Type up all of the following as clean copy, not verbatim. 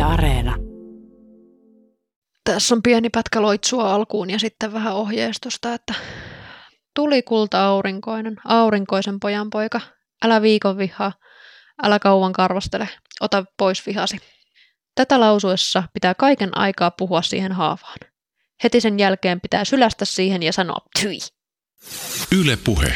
Areena. Tässä on pieni pätkä loitsua alkuun ja sitten vähän ohjeistusta, että tuli kulta aurinkoisen pojan poika, älä viikon vihaa, älä kauan karvastele, ota pois vihasi. Tätä lausuessa pitää kaiken aikaa puhua siihen haavaan. Heti sen jälkeen pitää sylästä siihen ja sanoa tyi. Yle Puhe.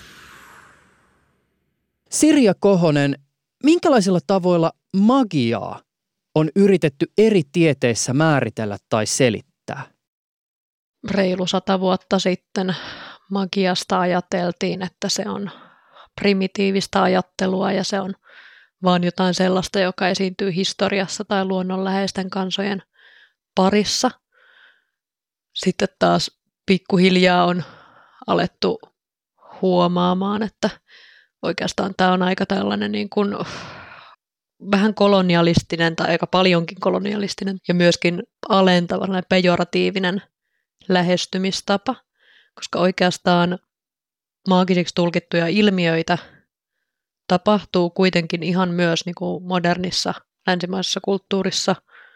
Sirja Kohonen, minkälaisilla tavoilla magiaa on yritetty eri tieteissä määritellä tai selittää? Reilu 100 vuotta sitten magiasta ajateltiin, että se on primitiivistä ajattelua ja se on vaan jotain sellaista, joka esiintyy historiassa tai luonnonläheisten kansojen parissa. Sitten taas pikkuhiljaa on alettu huomaamaan, että oikeastaan tämä on aika tällainen niin kuin vähän kolonialistinen tai aika paljonkin kolonialistinen ja myöskin alentava, pejoratiivinen lähestymistapa, koska oikeastaan maagisiksi tulkittuja ilmiöitä tapahtuu kuitenkin ihan myös niin kuin modernissa länsimaisessa kulttuurissa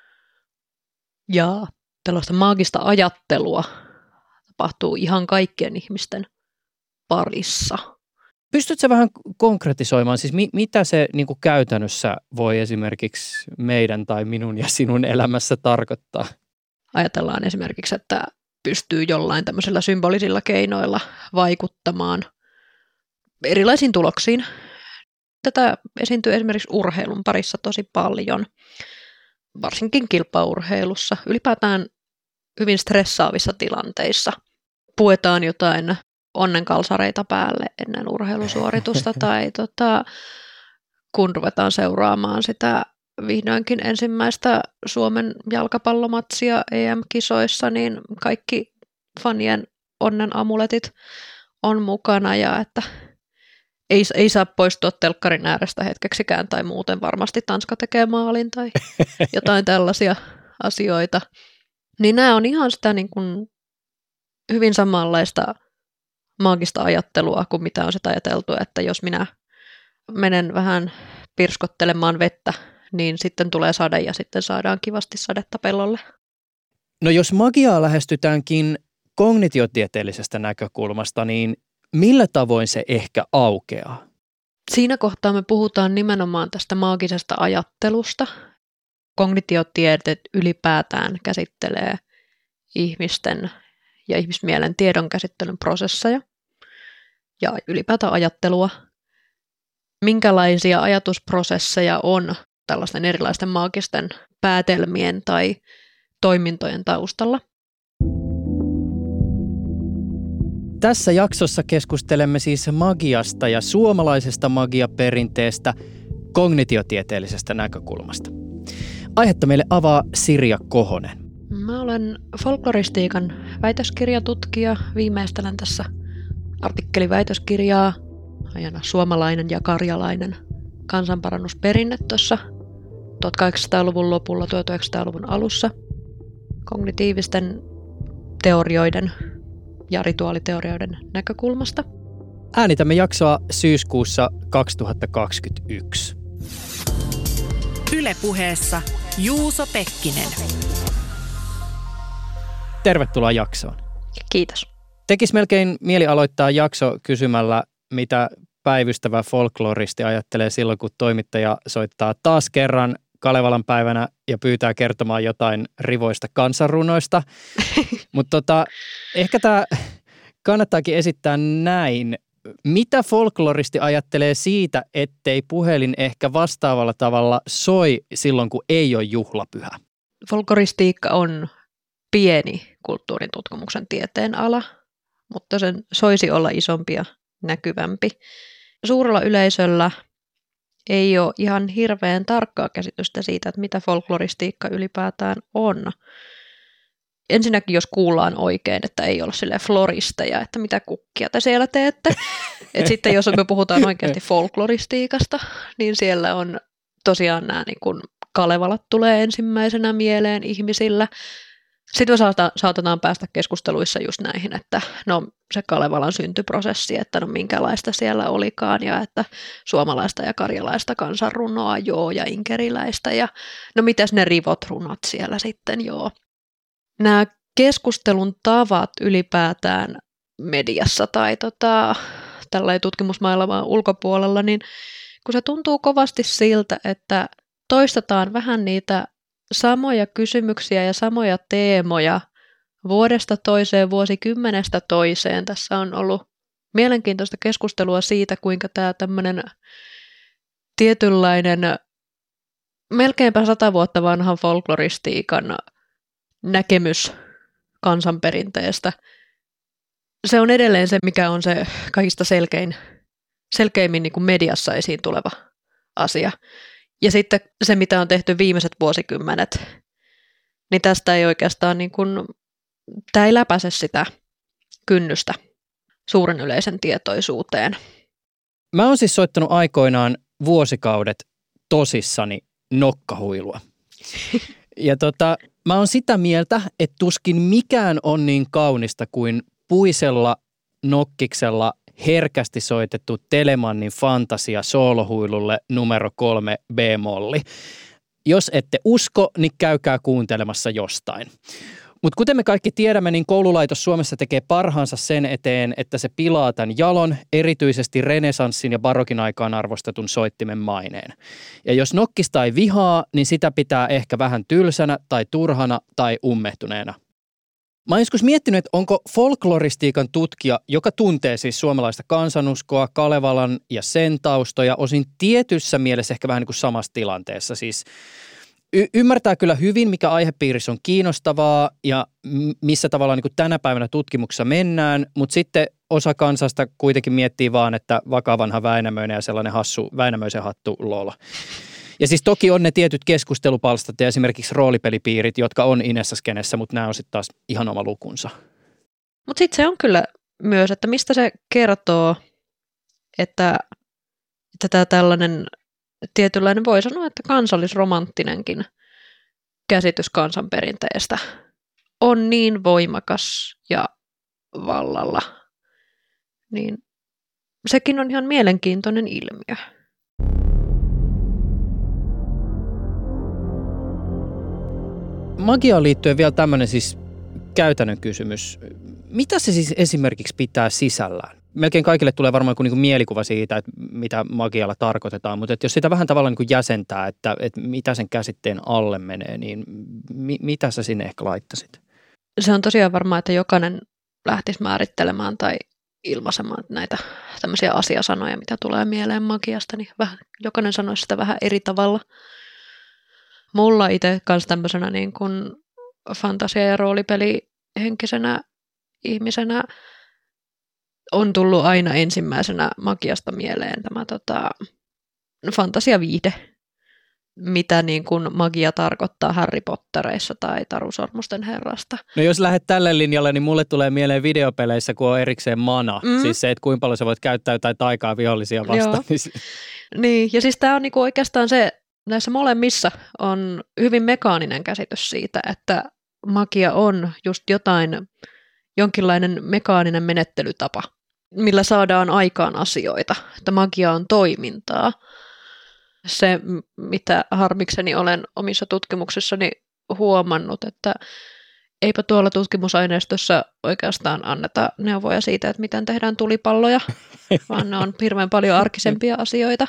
ja tällaista maagista ajattelua tapahtuu ihan kaikkien ihmisten parissa. Pystytkö vähän konkretisoimaan, siis mitä se niin kuin käytännössä voi esimerkiksi meidän tai minun ja sinun elämässä tarkoittaa? Ajatellaan esimerkiksi, että pystyy jollain tämmöisillä symbolisilla keinoilla vaikuttamaan erilaisiin tuloksiin. Tätä esiintyy esimerkiksi urheilun parissa tosi paljon, varsinkin kilpaurheilussa. Ylipäätään hyvin stressaavissa tilanteissa puetaan jotain onnenkalsareita päälle ennen urheilusuoritusta tai kun ruvetaan seuraamaan sitä vihdoinkin ensimmäistä Suomen jalkapallomatsia EM-kisoissa, niin kaikki fanien onnen amuletit on mukana ja että ei saa poistua telkkarin äärestä hetkeksikään tai muuten varmasti Tanska tekee maalin tai jotain tällaisia asioita. Niin nämä on ihan sitä niin kuin hyvin samanlaista maagista ajattelua kuin mitä on sitä ajateltu, että jos minä menen vähän pirskottelemaan vettä, niin sitten tulee sade ja sitten saadaan kivasti sadetta pellolle. No jos magiaa lähestytäänkin kognitiotieteellisestä näkökulmasta, niin millä tavoin se ehkä aukeaa? Siinä kohtaa me puhutaan nimenomaan tästä maagisesta ajattelusta. Kognitiotieteet ylipäätään käsittelee ihmisten ja ihmismielen tiedon käsittelyn prosesseja ja ylipäätään ajattelua. Minkälaisia ajatusprosesseja on tällaisten erilaisten maagisten päätelmien tai toimintojen taustalla? Tässä jaksossa keskustelemme siis magiasta ja suomalaisesta magiaperinteestä kognitiotieteellisestä näkökulmasta. Aihetta meille avaa Sirja Kohonen. Mä olen folkloristiikan väitöskirjatutkija. Viimeistelen tässä artikkeliväitöskirjaa ajana suomalainen ja karjalainen kansanparannusperinne tuossa 1800-luvun lopulla, 1900-luvun alussa kognitiivisten teorioiden ja rituaaliteorioiden näkökulmasta. Äänitämme jaksoa syyskuussa 2021. Yle Puheessa Juuso Pekkinen. Tervetuloa jaksoon. Kiitos. Tekisi melkein mieli aloittaa jakso kysymällä, mitä päivystävä folkloristi ajattelee silloin, kun toimittaja soittaa taas kerran Kalevalan päivänä ja pyytää kertomaan jotain rivoista kansanrunoista. Mutta ehkä tämä kannattaakin esittää näin. Mitä folkloristi ajattelee siitä, ettei puhelin ehkä vastaavalla tavalla soi silloin, kun ei ole juhlapyhä? Folkloristiikka on pieni kulttuurin tutkimuksen tieteen ala, mutta sen soisi olla isompi ja näkyvämpi. Suurella yleisöllä ei ole ihan hirveän tarkkaa käsitystä siitä, että mitä folkloristiikka ylipäätään on. Ensinnäkin, jos kuullaan oikein, että ei ole silleen floristeja, että mitä kukkia te siellä teette. Et sitten jos me puhutaan oikeasti folkloristiikasta, niin siellä on tosiaan nämä niin kuin Kalevalat tulee ensimmäisenä mieleen ihmisillä. Sitten me saatetaan päästä keskusteluissa just näihin, että no se Kalevalan syntyprosessi, että no minkälaista siellä olikaan ja että suomalaista ja karjalaista kansanrunoa joo ja inkeriläistä ja no mitäs ne rivot runot siellä sitten joo. Nämä keskustelun tavat ylipäätään mediassa tai tällainen tutkimusmaailman ulkopuolella, niin kun se tuntuu kovasti siltä, että toistetaan vähän niitä samoja kysymyksiä ja samoja teemoja vuodesta toiseen, vuosikymmenestä toiseen. Tässä on ollut mielenkiintoista keskustelua siitä, kuinka tämä tämmöinen tietynlainen melkeinpä 100 vuotta vanhan folkloristiikan näkemys kansanperinteestä, se on edelleen se, mikä on se kaikista selkeimmin niin kuin mediassa esiin tuleva asia. Ja sitten se, mitä on tehty viimeiset vuosikymmenet, niin tästä ei oikeastaan, niin kuin, tämä ei läpäise sitä kynnystä suuren yleisen tietoisuuteen. Mä oon siis soittanut aikoinaan vuosikaudet tosissani nokkahuilua. Ja mä oon sitä mieltä, että tuskin mikään on niin kaunista kuin puisella nokkiksella herkästi soitettu Telemannin fantasia soolohuilulle numero 3 B-molli. Jos ette usko, niin käykää kuuntelemassa jostain. Mutta kuten me kaikki tiedämme, niin koululaitos Suomessa tekee parhaansa sen eteen, että se pilaa tämän jalon, erityisesti renesanssin ja barokin aikaan arvostetun soittimen maineen. Ja jos nokkista ei vihaa, niin sitä pitää ehkä vähän tylsänä tai turhana tai ummehtuneena. Mä oon joskus miettinyt, että onko folkloristiikan tutkija, joka tuntee siis suomalaista kansanuskoa, Kalevalan ja sen taustoja, osin tietyssä mielessä ehkä vähän niin kuin samassa tilanteessa. Siis ymmärtää kyllä hyvin, mikä aihepiirissä on kiinnostavaa ja missä tavalla niin kuin tänä päivänä tutkimuksessa mennään, mutta sitten osa kansasta kuitenkin miettii vaan, että vakavanha Väinämöinen ja sellainen hassu Väinämöisen hattu lol. Ja siis toki on ne tietyt keskustelupalstat ja esimerkiksi roolipelipiirit, jotka on Inessa-skenessä, mutta nämä on sitten taas ihan oma lukunsa. Mutta sitten se on kyllä myös, että mistä se kertoo, että tämä tällainen tietynlainen, voi sanoa, että kansallisromanttinenkin käsitys kansanperinteestä on niin voimakas ja vallalla, niin sekin on ihan mielenkiintoinen ilmiö. Magiaan liittyen vielä tämmöinen siis käytännön kysymys. Mitä se siis esimerkiksi pitää sisällään? Melkein kaikille tulee varmaan niin kuin mielikuva siitä, että mitä magialla tarkoitetaan, mutta että jos sitä vähän tavallaan niin kuin jäsentää, että mitä sen käsitteen alle menee, niin mitä sä sinne ehkä laittaisit? Se on tosiaan varmaa, että jokainen lähtisi määrittelemään tai ilmaisemaan näitä tämmöisiä asiasanoja, mitä tulee mieleen magiasta, niin jokainen sanoisi sitä vähän eri tavalla. Mulla itse kanssa tämmöisenä niin kuin fantasia- ja roolipelihenkisenä ihmisenä on tullut aina ensimmäisenä magiasta mieleen tämä fantasiaviihde, mitä niin kuin magia tarkoittaa Harry Pottereissa tai Taru Sormusten herrasta. No jos lähdet tälle linjalle, niin mulle tulee mieleen videopeleissä, kun on erikseen mana. Siis se, että kuinka paljon sä voit käyttää jotain taikaa vihollisia vastaan. Niin, ja siis tämä on niinku oikeastaan se, näissä molemmissa on hyvin mekaaninen käsitys siitä, että magia on just jonkinlainen mekaaninen menettelytapa, millä saadaan aikaan asioita, että magia on toimintaa. Se, mitä harmikseni olen omissa tutkimuksissani huomannut, että eipä tuolla tutkimusaineistossa oikeastaan anneta neuvoja siitä, että miten tehdään tulipalloja, vaan ne on hirveän paljon arkisempia asioita.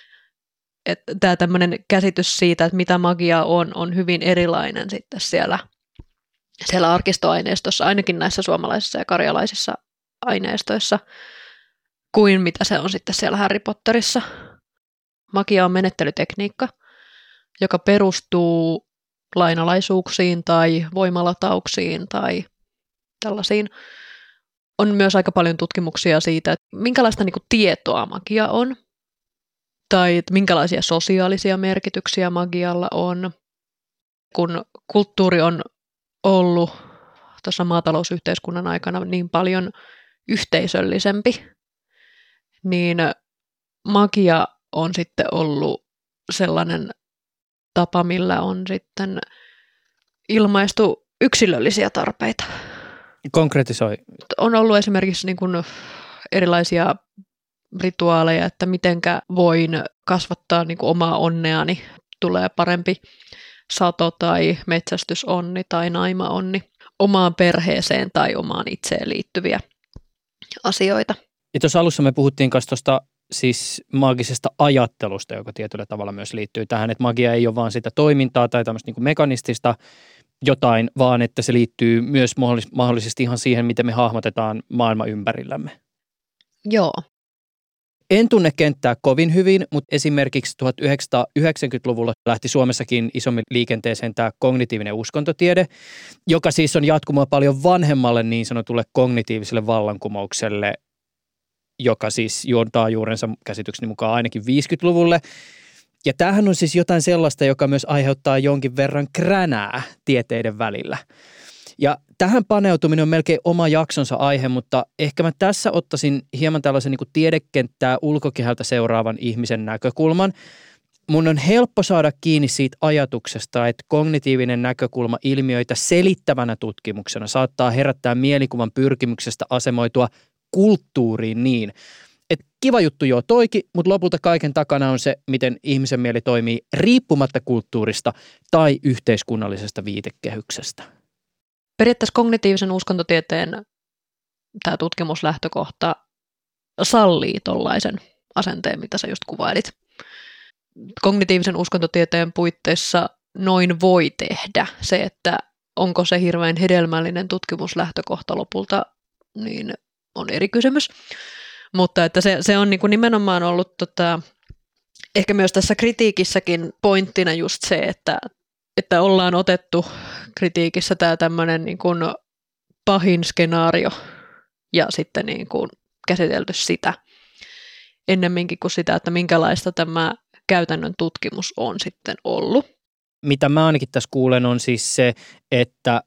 Tämä tämmöinen käsitys siitä, että mitä magia on hyvin erilainen sitten siellä arkistoaineistossa, ainakin näissä suomalaisissa ja karjalaisissa aineistoissa, kuin mitä se on sitten siellä Harry Potterissa. Magia on menettelytekniikka, joka perustuu lainalaisuuksiin tai voimalatauksiin tai tällaisiin. On myös aika paljon tutkimuksia siitä, että minkälaista niin kuin tietoa magia on, tai että minkälaisia sosiaalisia merkityksiä magialla on. Kun kulttuuri on ollut tuossa maatalousyhteiskunnan aikana niin paljon yhteisöllisempi, niin magia on sitten ollut sellainen tapa, millä on sitten ilmaistu yksilöllisiä tarpeita. Konkretisoi. On ollut esimerkiksi niin kuin erilaisia rituaaleja, että mitenkä voin kasvattaa niin kuin omaa onneani, tulee parempi sato tai metsästysonni tai naimaonni omaan perheeseen tai omaan itseen liittyviä asioita. Ja tuossa alussa me puhuttiin myös tuosta siis maagisesta ajattelusta, joka tietyllä tavalla myös liittyy tähän, että magia ei ole vaan sitä toimintaa tai tämmöistä niin kuin mekanistista jotain, vaan että se liittyy myös mahdollisesti ihan siihen, miten me hahmotetaan maailma ympärillämme. Joo. En tunne kenttää kovin hyvin, mutta esimerkiksi 1990-luvulla lähti Suomessakin isommin liikenteeseen tämä kognitiivinen uskontotiede, joka siis on jatkumoa paljon vanhemmalle niin sanotulle kognitiiviselle vallankumoukselle, joka siis juontaa juurensa käsitykseni mukaan ainakin 50-luvulle. Ja tämähän on siis jotain sellaista, joka myös aiheuttaa jonkin verran kränää tieteiden välillä. Ja tähän paneutuminen on melkein oma jaksonsa aihe, mutta ehkä mä tässä ottaisin hieman tällaisen niin kuin tiedekenttää ulkokehältä seuraavan ihmisen näkökulman. Mun on helppo saada kiinni siitä ajatuksesta, että kognitiivinen näkökulma ilmiöitä selittävänä tutkimuksena saattaa herättää mielikuvan pyrkimyksestä asemoitua kulttuuriin niin, että kiva juttu joo toikin, mutta lopulta kaiken takana on se, miten ihmisen mieli toimii riippumatta kulttuurista tai yhteiskunnallisesta viitekehyksestä. Periaatteessa kognitiivisen uskontotieteen tämä tutkimuslähtökohta sallii tollaisen asenteen, mitä sä just kuvailit. Kognitiivisen uskontotieteen puitteissa noin voi tehdä se, että onko se hirveän hedelmällinen tutkimuslähtökohta lopulta, niin on eri kysymys. Mutta että se on niin kuin nimenomaan ollut ehkä myös tässä kritiikissäkin pointtina just se, että ollaan otettu kritiikissä tämä tämmöinen niin kuin pahin skenaario ja sitten niin kuin käsitelty sitä ennemminkin kuin sitä, että minkälaista tämä käytännön tutkimus on sitten ollut. Mitä mä ainakin tässä kuulen on siis se, että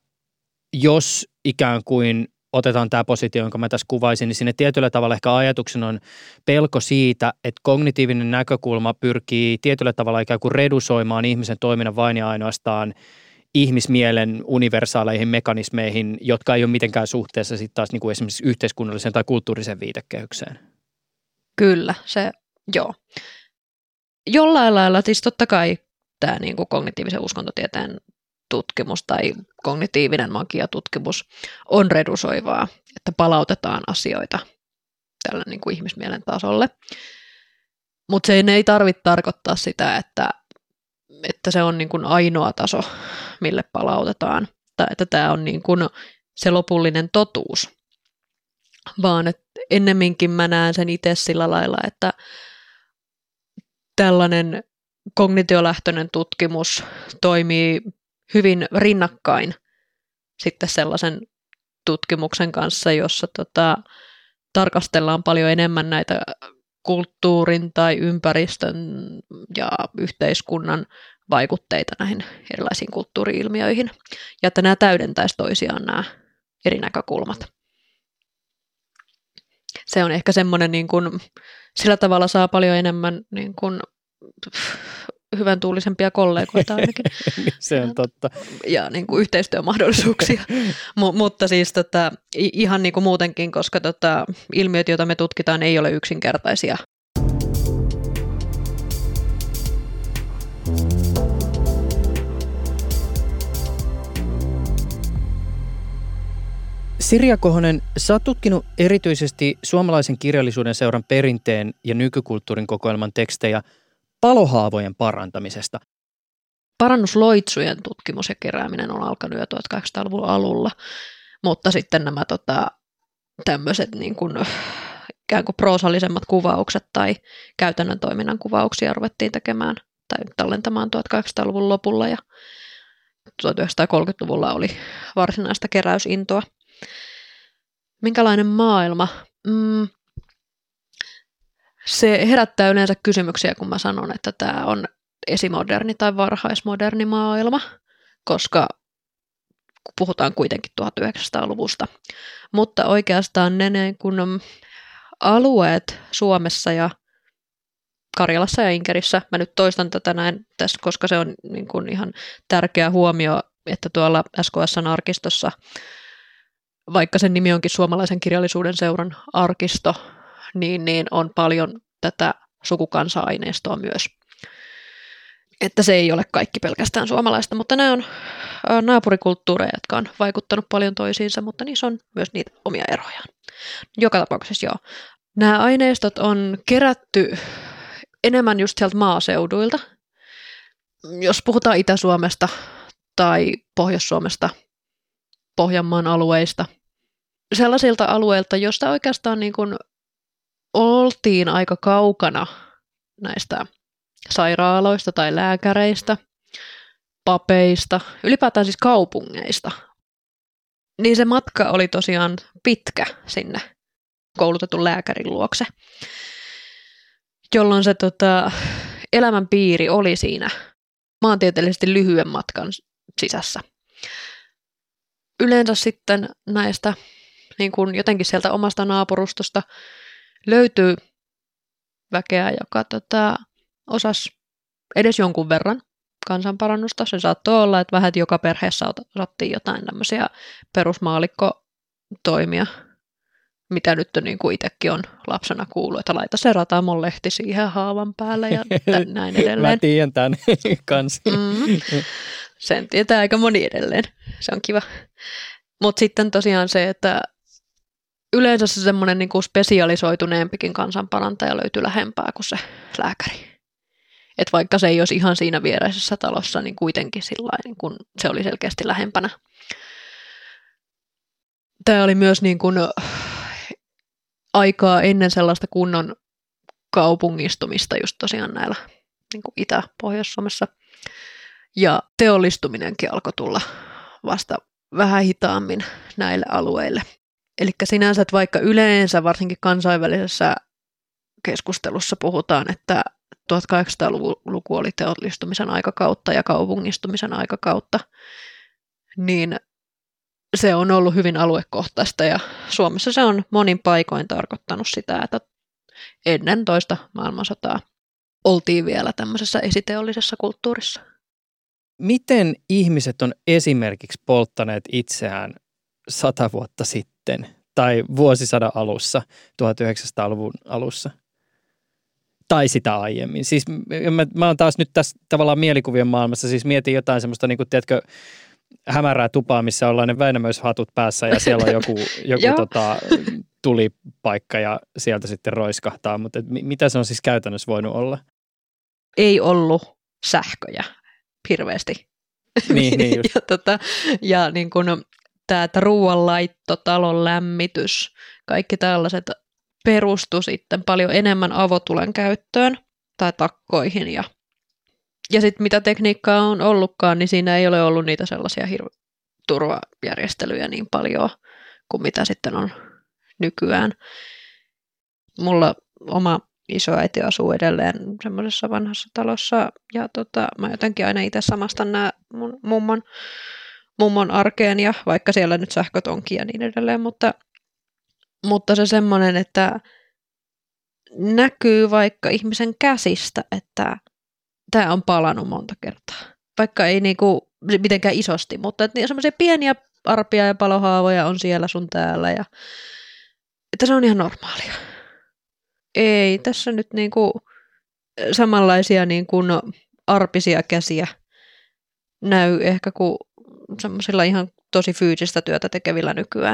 jos ikään kuin otetaan tämä positio, jonka mä tässä kuvaisin, niin sinne tietyllä tavalla ehkä ajatuksen on pelko siitä, että kognitiivinen näkökulma pyrkii tietyllä tavalla ikään kuin redusoimaan ihmisen toiminnan vain ja ainoastaan ihmismielen universaaleihin mekanismeihin, jotka ei ole mitenkään suhteessa sitten taas niin kuin esimerkiksi yhteiskunnalliseen tai kulttuuriseen viitekehykseen. Kyllä, se joo. Jollain lailla siis totta kai tämä niin kuin kognitiivisen uskontotieteen tutkimus tai kognitiivinen magiatutkimus on redusoivaa, että palautetaan asioita tällä niin kuin ihmismielen tasolle. Mutta se ei tarvitse tarkoittaa sitä, että se on niin kuin ainoa taso, mille palautetaan, tai että tämä on niin kuin se lopullinen totuus, vaan että ennemminkin mä näen sen itse sillä lailla, että tällainen kognitiolähtöinen tutkimus toimii hyvin rinnakkain sitten sellaisen tutkimuksen kanssa, jossa tarkastellaan paljon enemmän näitä kulttuurin tai ympäristön ja yhteiskunnan vaikutteita näihin erilaisiin kulttuuri-ilmiöihin, ja että nämä täydentäisi toisiaan nämä eri näkökulmat. Se on ehkä semmoinen, niin kuin, sillä tavalla saa paljon enemmän niin kuin, hyvän tuulisempia kollegoita ainakin. Se on totta. Ja niin kuin yhteistyömahdollisuuksia. Mutta siis ihan niin kuin muutenkin, koska ilmiöt, joita me tutkitaan, ei ole yksinkertaisia. Sirja Kohonen, sä oot tutkinut erityisesti suomalaisen kirjallisuuden seuran perinteen ja nykykulttuurin kokoelman tekstejä palohaavojen parantamisesta. Parannusloitsujen tutkimus ja kerääminen on alkanut jo 1800-luvun alulla, mutta sitten nämä tämmöiset niin kuin, ikään kuin proosallisemmat kuvaukset tai käytännön toiminnan kuvauksia ruvettiin tekemään tai tallentamaan 1800-luvun lopulla ja 1930-luvulla oli varsinaista keräysintoa. Minkälainen maailma? Se herättää yleensä kysymyksiä, kun mä sanon, että tämä on esimoderni tai varhaismoderni maailma, koska puhutaan kuitenkin 1900-luvusta. Mutta oikeastaan ne niin kun alueet Suomessa ja Karjalassa ja Inkerissä, mä nyt toistan tätä näin tässä, koska se on niin kun ihan tärkeä huomio että tuolla SKS:n arkistossa, vaikka sen nimi onkin Suomalaisen kirjallisuuden seuran arkisto, niin on paljon tätä sukukansa-aineistoa myös. Että se ei ole kaikki pelkästään suomalaista, mutta nämä on naapurikulttuureja, jotka on vaikuttanut paljon toisiinsa, mutta niissä on myös niitä omia erojaan. Joka tapauksessa joo. Nämä aineistot on kerätty enemmän just sieltä maaseuduilta. Jos puhutaan Itä-Suomesta tai Pohjois-Suomesta, Pohjanmaan alueista, sellaisilta alueilta, joista oikeastaan niin kuin oltiin aika kaukana näistä sairaaloista tai lääkäreistä, papeista, ylipäätään siis kaupungeista, niin se matka oli tosiaan pitkä sinne koulutetun lääkärin luokse, jolloin se elämänpiiri oli siinä maantieteellisesti lyhyen matkan sisässä. Yleensä sitten näistä niin kuin jotenkin sieltä omasta naapurustosta löytyy väkeä, joka osasi edes jonkun verran kansanparannusta. Se saattoi olla, että vähän joka perheessä osattiin jotain tämmöisiä perusmaalikkotoimia, mitä nyt niin kuin itsekin on lapsena kuullut, että laita se Ratamon lehti siihen haavan päälle ja näin edelleen. Mä tiedän tämän kanssa. Sen tietää aika moni edelleen. Se on kiva. Mutta sitten tosiaan se, että yleensä se semmoinen niin kuin spesialisoituneempikin kansanparantaja löytyy lähempää kuin se lääkäri. Et vaikka se ei olisi ihan siinä viereisessä talossa, niin kuitenkin sillain, kun se oli selkeästi lähempänä. Tämä oli myös niin kuin aikaa ennen sellaista kunnon kaupungistumista just tosiaan näillä niin kuin Itä-Pohjois-Suomessa. Ja teollistuminenkin alkoi tulla vasta vähän hitaammin näille alueille. Eli sinänsä, että vaikka yleensä varsinkin kansainvälisessä keskustelussa puhutaan, että 1800-luku oli teollistumisen aikakautta ja kaupungistumisen aikakautta, niin se on ollut hyvin aluekohtaista ja Suomessa se on monin paikoin tarkoittanut sitä, että ennen toista maailmansotaa oltiin vielä tämmöisessä esiteollisessa kulttuurissa. Miten ihmiset on esimerkiksi polttaneet itseään 100 vuotta sitten tai vuosisadan alussa, 1900-luvun alussa? Tai sitä aiemmin. Siis mä oon taas nyt tässä tavallaan mielikuvien maailmassa, siis mietin jotain semmoista, niin kuin, tiedätkö, hämärää tupaa, missä ollaan ne Väinämöishatut päässä ja siellä on joku tulipaikka ja sieltä sitten roiskahtaa, mutta mitä se on siis käytännössä voinut olla? Ei ollut sähköjä hirveästi. Niin just. ja niin kuin tämä ruoanlaitto, talon lämmitys, kaikki tällaiset perustu sitten paljon enemmän avotulen käyttöön tai takkoihin. Ja sitten mitä tekniikkaa on ollutkaan, niin siinä ei ole ollut niitä sellaisia turvajärjestelyjä niin paljon kuin mitä sitten on nykyään. Mulla oma isoäiti asuu edelleen semmoisessa vanhassa talossa ja mä jotenkin aina itse samastan nämä mun mummon arkeen ja vaikka siellä nyt sähköt onkin ja niin edelleen, mutta se semmoinen, että näkyy vaikka ihmisen käsistä, että tämä on palannut monta kertaa. Vaikka ei niinku mitenkään isosti, mutta että semmoisia pieniä arpia ja palohaavoja on siellä sun täällä. Ja, että se on ihan normaalia. Ei tässä nyt niinku samanlaisia niinku arpisia käsiä näy ehkä kuin semmoisilla ihan tosi fyysistä työtä tekevillä nykyään.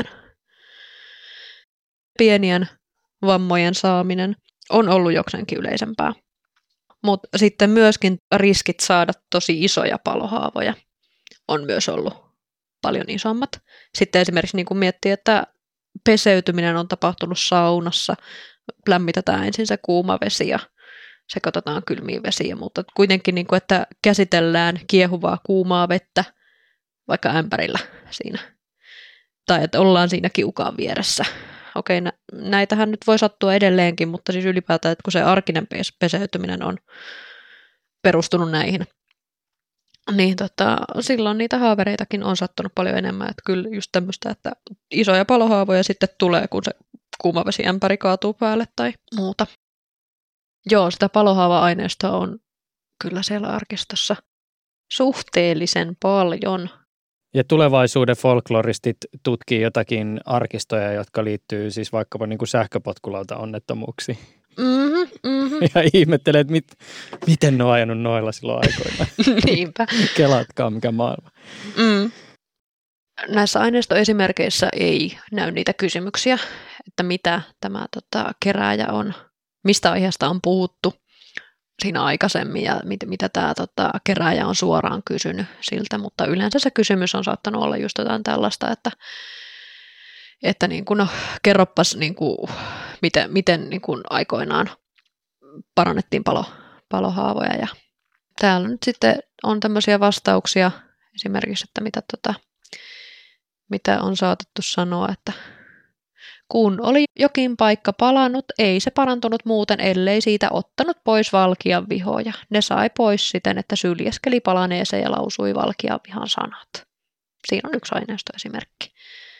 Pienien vammojen saaminen on ollut jokseenkin yleisempää. Mutta sitten myöskin riskit saada tosi isoja palohaavoja on myös ollut paljon isommat. Sitten esimerkiksi niin kun miettii, että peseytyminen on tapahtunut saunassa, lämmitetään ensin se kuuma vesi ja sekoitetaan kylmiin vesiä, mutta kuitenkin, niin kun, että käsitellään kiehuvaa kuumaa vettä vaikka ämpärillä siinä. Tai että ollaan siinä kiukaan vieressä. Okei, näitähän nyt voi sattua edelleenkin, mutta siis ylipäätään, että kun se arkinen peseytyminen on perustunut näihin, niin silloin niitä haavereitakin on sattunut paljon enemmän. Että kyllä just tämmöistä, että isoja palohaavoja sitten tulee, kun se kuumavesiämpäri kaatuu päälle tai muuta. Joo, sitä palohaava-aineistoa on kyllä siellä arkistossa suhteellisen paljon. Ja tulevaisuuden folkloristit tutkii jotakin arkistoja, jotka liittyy siis vaikkapa niin kuin sähköpotkulauta onnettomuuksiin. Ja ihmettelee, että miten ne on ajanut noilla silloin aikoina. Niinpä. Kelatkaa, mikä maailma. Näissä aineistoesimerkeissä ei näy niitä kysymyksiä, että mitä tämä kerääjä on, mistä aiheesta on puhuttu siinä aikaisemmin ja mitä tämä kerääjä on suoraan kysynyt siltä, mutta yleensä se kysymys on saattanut olla just jotain tällaista, että niin kuin, no, kerroppas niin kuin, miten niin kuin aikoinaan parannettiin palohaavoja ja täällä nyt sitten on tämmöisiä vastauksia esimerkiksi, että mitä on saatettu sanoa, että kun oli jokin paikka palannut, ei se parantunut muuten, ellei siitä ottanut pois valkean vihoja. Ne sai pois siten, että syljeskeli palaneeseen ja lausui valkean vihan sanat. Siinä on yksi aineistoesimerkki.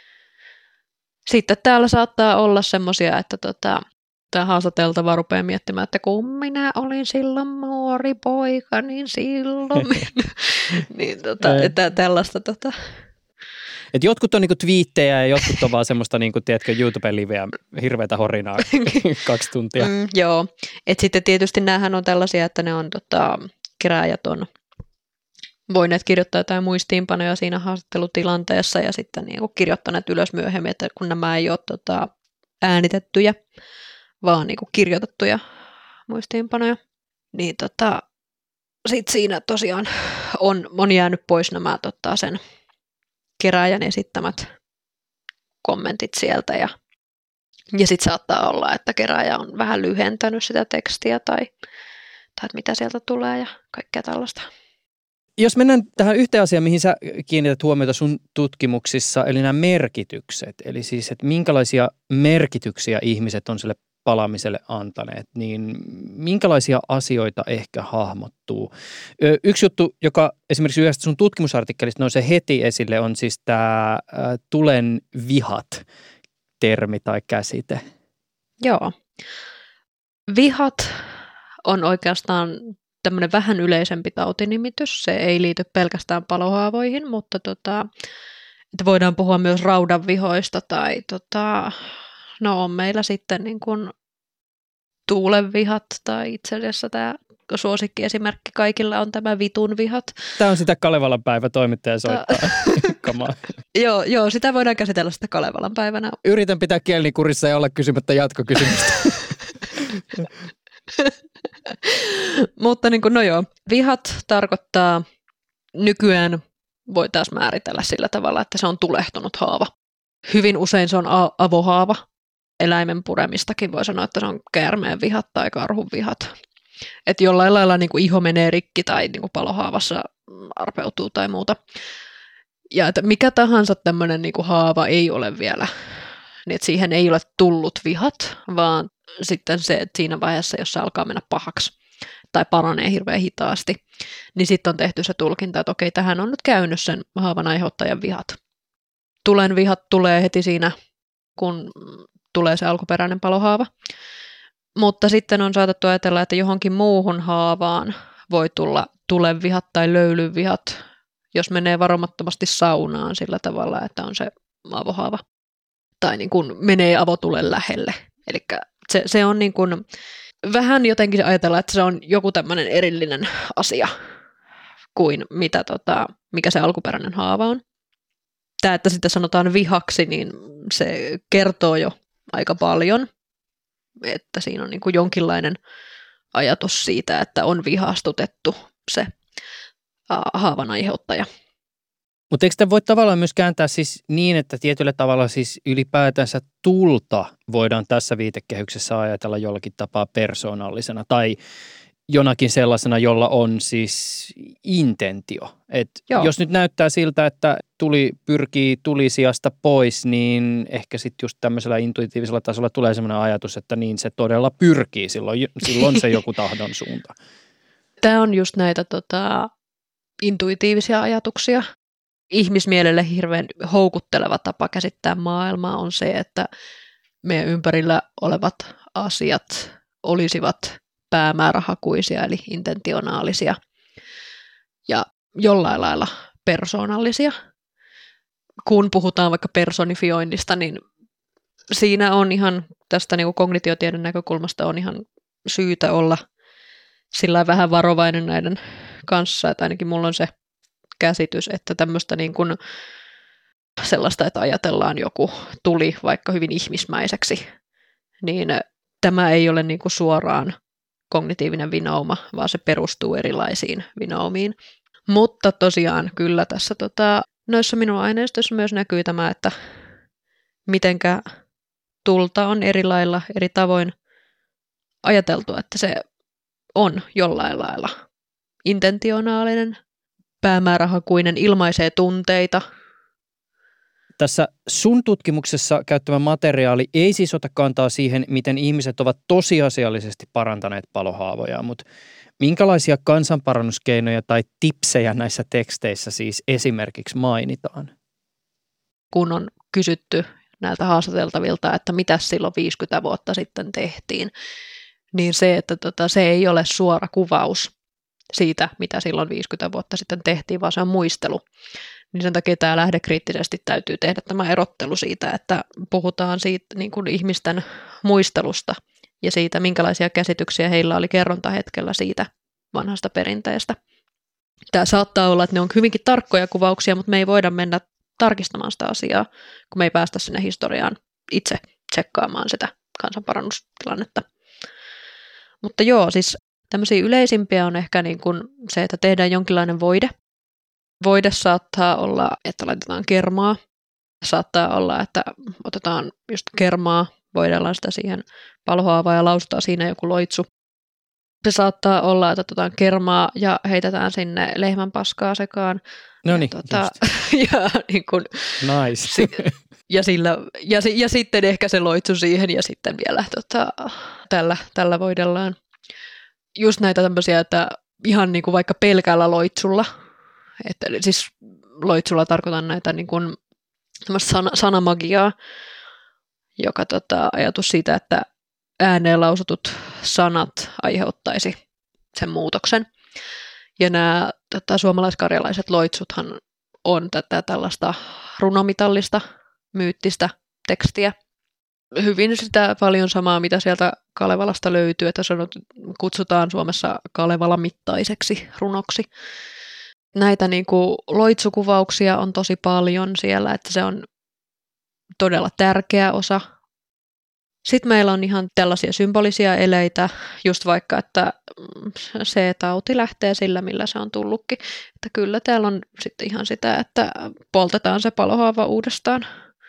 Sitten täällä saattaa olla semmoisia, että tämä haastateltava rupeaa miettimään, että kun minä olin silloin nuori poika, niin silloin niin että tällaista Et jotkut on niinku twiittejä ja jotkut on vaan semmoista niinku, tiedätkö, YouTube-liveä, hirveätä horinaa 2 tuntia. Joo, että sitten tietysti näähän on tällaisia, että ne on kerääjät on voineet kirjoittaa jotain muistiinpanoja siinä haastattelutilanteessa ja sitten niinku kirjoittaneet ylös myöhemmin, että kun nämä ei ole äänitettyjä, vaan niinku kirjoitettuja muistiinpanoja, niin sitten siinä tosiaan on jäänyt pois nämä sen kerääjän esittämät kommentit sieltä ja sitten saattaa olla, että kerääjä on vähän lyhentänyt sitä tekstiä tai että mitä sieltä tulee ja kaikkea tällaista. Jos mennään tähän yhteen asiaan, mihin sä kiinnität huomiota sun tutkimuksissa, eli nämä merkitykset, eli siis, että minkälaisia merkityksiä ihmiset on sille palaamiselle antaneet, niin minkälaisia asioita ehkä hahmottuu? Yksi juttu, joka esimerkiksi yhdestä sun tutkimusartikkelista nousee heti esille, on siis tämä tulen vihat termi tai käsite. Joo. Vihat on oikeastaan tämmöinen vähän yleisempi tautinimitys. Se ei liity pelkästään palohaavoihin, mutta että voidaan puhua myös raudanvihoista tai no on meillä sitten niin kuin tuulenvihat tai itse asiassa tämä suosikkiesimerkki kaikilla on tämä vitun vihat. Tämä on sitä Kalevalan päivä, toimittaja soittaa. Joo, sitä voidaan käsitellä sitä Kalevalan päivänä. Yritän pitää kielni kurissa ja olla kysymättä jatkokysymystä. Mutta niin kuin, no joo, vihat tarkoittaa nykyään voitaisiin määritellä sillä tavalla, että se on tulehtunut haava. Hyvin usein se on avohaava. Eläimen puremistakin voi sanoa, että se on käärmeen vihat tai karhun vihat. Että jollain lailla niin kuin iho menee rikki tai niin kuin palohaavassa arpeutuu tai muuta. Ja että mikä tahansa tämmöinen niin kuin haava ei ole vielä, niin että siihen ei ole tullut vihat, vaan sitten se, että siinä vaiheessa, jos se alkaa mennä pahaksi tai paranee hirveän hitaasti, niin sitten on tehty se tulkinta, että okei, tähän on nyt käynyt sen haavan aiheuttajan vihat. Tulen vihat tulee heti siinä, kun tulee se alkuperäinen palohaava. Mutta sitten on saatettu ajatella, että johonkin muuhun haavaan voi tulla tulenvihat tai löylyvihat, jos menee varomattomasti saunaan sillä tavalla, että on se avohaava. Tai niin kuin menee avotulen lähelle. Eli se on niin kuin, vähän jotenkin ajatella, että se on joku tämmöinen erillinen asia kuin mikä se alkuperäinen haava on. Tämä, että sitten sanotaan vihaksi, niin se kertoo jo aika paljon, että siinä on niin kuin jonkinlainen ajatus siitä, että on vihastutettu se haavan aiheuttaja. Mutta eikö sitä voi tavallaan myös kääntää siis niin, että tietyllä tavalla siis ylipäätänsä tulta voidaan tässä viitekehyksessä ajatella jollakin tapaa persoonallisena tai jonakin sellaisena, jolla on siis intentio. Et jos nyt näyttää siltä, että tuli pyrkii tulisijasta pois, niin ehkä sitten just tämmöisellä intuitiivisella tasolla tulee sellainen ajatus, että niin se todella pyrkii, silloin se joku tahdon suunta. Tämä on just näitä intuitiivisia ajatuksia. Ihmismielelle hirveän houkutteleva tapa käsittää maailmaa on se, että meidän ympärillä olevat asiat olisivat päämäärähakuisia eli intentionaalisia ja jollain lailla persoonallisia. kun puhutaan vaikka personifioinnista, niin siinä on ihan tästä niin kuin kognitiotiedon näkökulmasta on ihan syytä olla sillä vähän varovainen näiden kanssa, että ainakin mulla on se käsitys, että tämmöistä niin kuin sellaista, että ajatellaan joku tuli vaikka hyvin ihmismäiseksi, niin tämä ei ole niin kuin suoraan kognitiivinen vinouma, vaan se perustuu erilaisiin vinoumiin. Mutta tosiaan kyllä tässä noissa minun aineistoissa myös näkyy tämä, että mitenkä tulta on eri lailla, eri tavoin ajateltu, että se on jollain lailla intentionaalinen, päämäärähakuinen, ilmaisee tunteita. Tässä sun tutkimuksessa käyttämä materiaali ei siis ota kantaa siihen, miten ihmiset ovat tosiasiallisesti parantaneet palohaavoja, mutta minkälaisia kansanparannuskeinoja tai tipsejä näissä teksteissä siis esimerkiksi mainitaan? Kun on kysytty näiltä haastateltavilta, että mitä silloin 50 vuotta sitten tehtiin, niin se, että se ei ole suora kuvaus siitä, mitä silloin 50 vuotta sitten tehtiin, vaan se on muistelu. Niin sen takia tämä lähdekriittisesti täytyy tehdä tämä erottelu siitä, että puhutaan siitä niin kuin ihmisten muistelusta ja siitä, minkälaisia käsityksiä heillä oli kerrontahetkellä siitä vanhasta perinteestä. Tämä saattaa olla, että ne on hyvinkin tarkkoja kuvauksia, mutta me ei voida mennä tarkistamaan sitä asiaa, kun me ei päästä sinne historiaan itse tsekkaamaan sitä kansanparannustilannetta. Mutta joo, siis tämmöisiä yleisimpiä on ehkä niin kuin se, että tehdään jonkinlainen voide. Voide saattaa olla, että laitetaan kermaa. Saattaa olla, että otetaan just kermaa, voidellaan sitä siihen palohaavaan ja lausutaan siinä joku loitsu. Se saattaa olla, että otetaan kermaa ja heitetään sinne lehmän paskaa sekaan. No niin, ja niin kuin, nice. Ja sitten ehkä se loitsu siihen ja sitten vielä tällä voidellaan. Just näitä tämmöisiä, että ihan niin kuin vaikka pelkällä loitsulla, että siis loitsulla tarkoitan näitä niin kuin sanamagiaa, joka ajatus siitä, että ääneen lausutut sanat aiheuttaisi sen muutoksen. Ja nämä suomalaiskarjalaiset loitsuthan on tätä tällaista runomitallista, myyttistä tekstiä. Hyvin sitä paljon samaa, mitä sieltä Kalevalasta löytyy, että kutsutaan Suomessa Kalevala-mittaiseksi runoksi. Näitä niin kuin loitsukuvauksia on tosi paljon siellä, että se on todella tärkeä osa. Sitten meillä on ihan tällaisia symbolisia eleitä, just vaikka, että se tauti lähtee sillä, millä se on tullutkin. Että kyllä täällä on sitten ihan sitä, että poltetaan se palohaava uudestaan.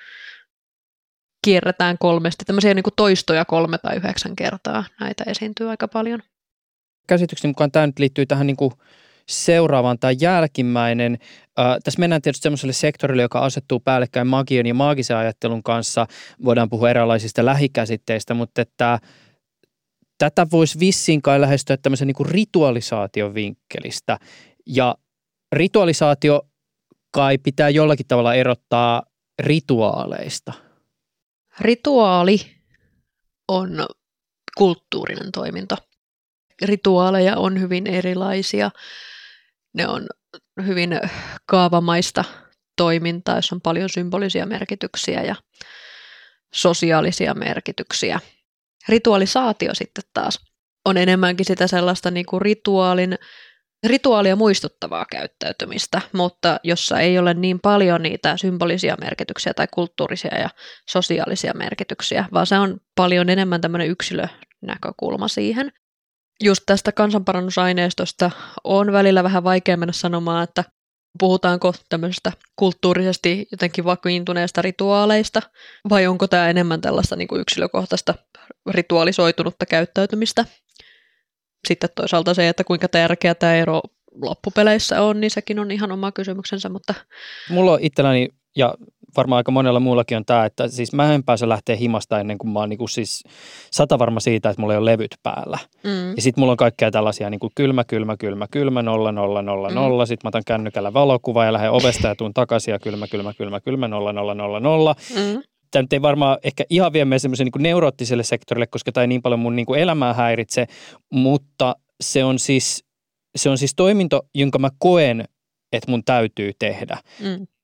Kierretään 3, tämmöisiä niin kuin toistoja 3 tai 9 kertaa. Näitä esiintyy aika paljon. Käsitykseni mukaan tämä nyt liittyy tähän niin kuin seuraavaan tai jälkimmäinen. Tässä mennään tietysti sellaiselle sektorille, joka asettuu päällekkäin magian ja maagisen ajattelun kanssa. Voidaan puhua erilaisista lähikäsitteistä, mutta että tätä voisi vissiin kai lähestyä tämmöisen niin kuin ritualisaation vinkkelistä. Ja ritualisaatio kai pitää jollakin tavalla erottaa rituaaleista. Rituaali on kulttuurinen toiminto. Rituaaleja on hyvin erilaisia. Ne on hyvin kaavamaista toimintaa, jossa on paljon symbolisia merkityksiä ja sosiaalisia merkityksiä. Ritualisaatio sitten taas on enemmänkin sitä sellaista niin kuin rituaalia muistuttavaa käyttäytymistä, mutta jossa ei ole niin paljon niitä symbolisia merkityksiä tai kulttuurisia ja sosiaalisia merkityksiä, vaan se on paljon enemmän tämmöinen yksilönäkökulma siihen. Just tästä kansanparannusaineistosta on välillä vähän vaikea mennä sanomaan, että puhutaanko tämmöisestä kulttuurisesti jotenkin vakiintuneesta rituaaleista, vai onko tämä enemmän tällaista niin kuin yksilökohtaista ritualisoitunutta käyttäytymistä. Sitten toisaalta se, että kuinka tärkeä tämä ero loppupeleissä on, niin sekin on ihan oma kysymyksensä. Mutta mulla on itselläni, ja varmaan aika monella muullakin on tämä, että siis mä en pääse lähteä himasta ennen kuin mä oon niinku siis 100% varma siitä, että mulla ei ole levyt päällä. Ja sitten mulla on kaikkea tällaisia niinku kylmä, 0, 0, 0, 0. Sitten mä otan kännykällä valokuvaa ja lähden ovesta ja tuun takaisin ja kylmä, 0, 0, 0, 0. Tämä nyt ei varmaan ehkä ihan vie meidän semmoisen niin neuroottiselle sektorille, koska tämä ei niin paljon mun niin kuin elämää häiritse, mutta se on siis toiminto, jonka mä koen, että mun täytyy tehdä.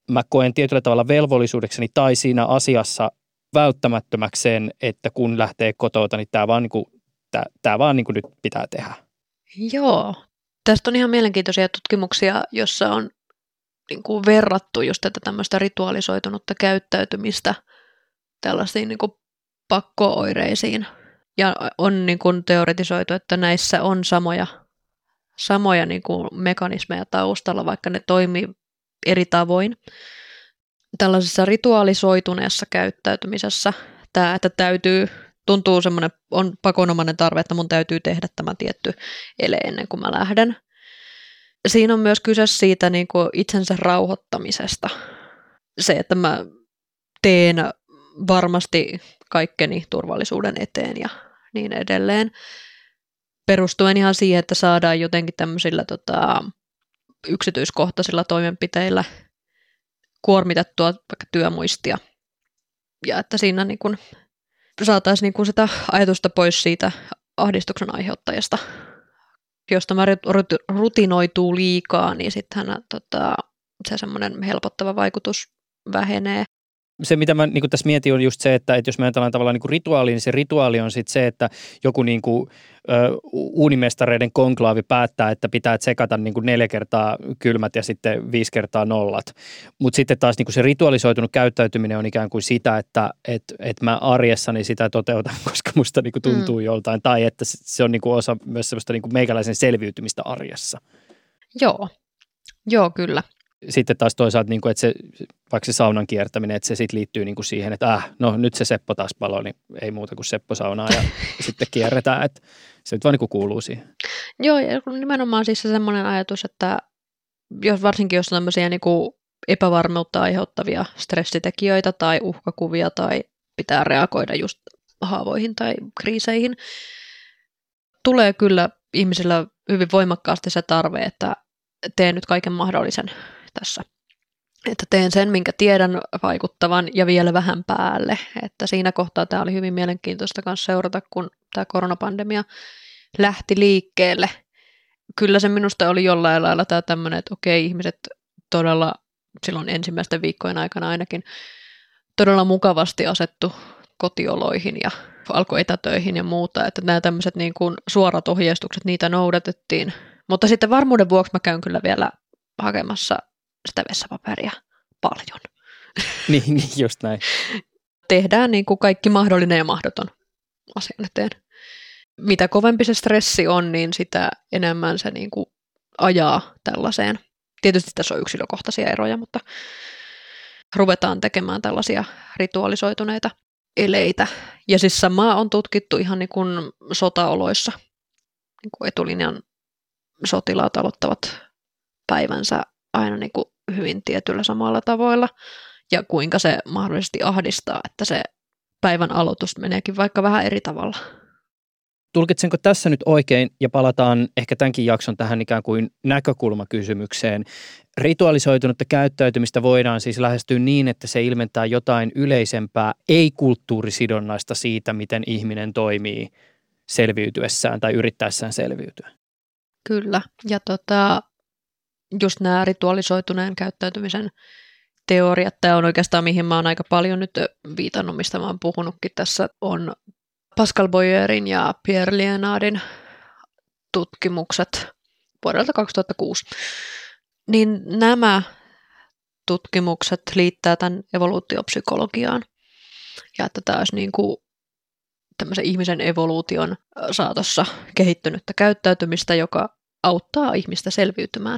mä koen tietyllä tavalla velvollisuudekseni tai siinä asiassa välttämättömäksi sen, että kun lähtee kotouta, niin tämä vaan niin kuin nyt pitää tehdä. Joo. Tästä on ihan mielenkiintoisia tutkimuksia, jossa on niin kuin verrattu just tätä tämmöistä ritualisoitunutta käyttäytymistä tällaisiin niin kuin pakko-oireisiin. Ja on niin kuin teoretisoitu, että näissä on samoja niin kuin mekanismeja taustalla, vaikka ne toimii eri tavoin. Tällaisessa ritualisoituneessa käyttäytymisessä tämä, että tuntuu semmoinen, on pakonomainen tarve, että mun täytyy tehdä tämä tietty ele ennen kuin mä lähden. Siinä on myös kyse siitä niin kuin itsensä rauhoittamisesta. Se, että mä teen varmasti kaikkeni turvallisuuden eteen ja niin edelleen. Perustuen ihan siihen, että saadaan jotenkin tämmöisillä yksityiskohtaisilla toimenpiteillä kuormitettua vaikka työmuistia. Ja että siinä niin kuin saataisiin niin kuin sitä ajatusta pois siitä ahdistuksen aiheuttajasta. Jos tämä rutinoituu liikaa, niin sittenhän se semmoinen helpottava vaikutus vähenee. Se, mitä mä niin tässä mietin, on just se, että jos me ajatellaan tavallaan niin rituaali, niin se rituaali on sitten se, että joku niin uunimestareiden konklaavi päättää, että pitää tsekata niin 4 kertaa kylmät ja sitten 5 kertaa nollat. Mutta sitten taas niin se ritualisoitunut käyttäytyminen on ikään kuin sitä, että mä arjessani sitä toteutan, koska musta niin tuntuu joltain. Tai että se on niin osa myös sellaista niin meikäläisen selviytymistä arjessa. Joo, kyllä. Sitten taas toisaalta, niin kuin, että vaikka se saunan kiertäminen, että se sitten liittyy niin kuin siihen, että nyt se Seppo taas paloi, niin ei muuta kuin Seppo-saunaa ja sitten kierretään, että se nyt vaan niin kuin kuuluu siihen. Joo, ja nimenomaan siis se semmoinen ajatus, että varsinkin jos on tämmöisiä niin kuin epävarmuutta aiheuttavia stressitekijöitä tai uhkakuvia tai pitää reagoida just haavoihin tai kriiseihin, tulee kyllä ihmisillä hyvin voimakkaasti se tarve, että teen nyt kaiken mahdollisen tässä. Että teen sen, minkä tiedän vaikuttavan ja vielä vähän päälle. Että siinä kohtaa tämä oli hyvin mielenkiintoista myös seurata, kun tämä koronapandemia lähti liikkeelle. Kyllä se minusta oli jollain lailla tämä tämmöinen, että okei, ihmiset todella silloin ensimmäisten viikkojen aikana ainakin todella mukavasti asettu kotioloihin ja alkoi etätöihin ja muuta. Että nämä tämmöiset niin kuin suorat ohjeistukset, niitä noudatettiin. Mutta sitten varmuuden vuoksi mä käyn kyllä vielä hakemassa sitä vessapaperia paljon. Niin, just näin. Tehdään niin kuin kaikki mahdollinen ja mahdoton asian eteen. Mitä kovempi se stressi on, niin sitä enemmän se niin kuin ajaa tällaiseen. Tietysti tässä on yksilökohtaisia eroja, mutta ruvetaan tekemään tällaisia ritualisoituneita eleitä. Ja siis samaa on tutkittu ihan niin kuin sotaoloissa. Niin kuin etulinjan sotilaat aloittavat päivänsä aina niin kuin hyvin tietyllä samalla tavoilla, ja kuinka se mahdollisesti ahdistaa, että se päivän aloitus meneekin vaikka vähän eri tavalla. Tulkitsenko tässä nyt oikein, ja palataan ehkä tämänkin jakson tähän ikään kuin näkökulmakysymykseen. Ritualisoitunutta käyttäytymistä voidaan siis lähestyä niin, että se ilmentää jotain yleisempää, ei-kulttuurisidonnaista siitä, miten ihminen toimii selviytyessään tai yrittäessään selviytyä. Kyllä, ja just nämä ritualisoituneen käyttäytymisen teoriat, tämä on oikeastaan mihin mä oon aika paljon nyt viitannut, mistä mä oon puhunutkin tässä, on Pascal Boyerin ja Pierre Liénardin tutkimukset vuodelta 2006. Niin nämä tutkimukset liittää tämän evoluutiopsykologiaan, ja että tämä olisi niin kuin tämmöisen ihmisen evoluution saatossa kehittynyttä käyttäytymistä, joka auttaa ihmistä selviytymään.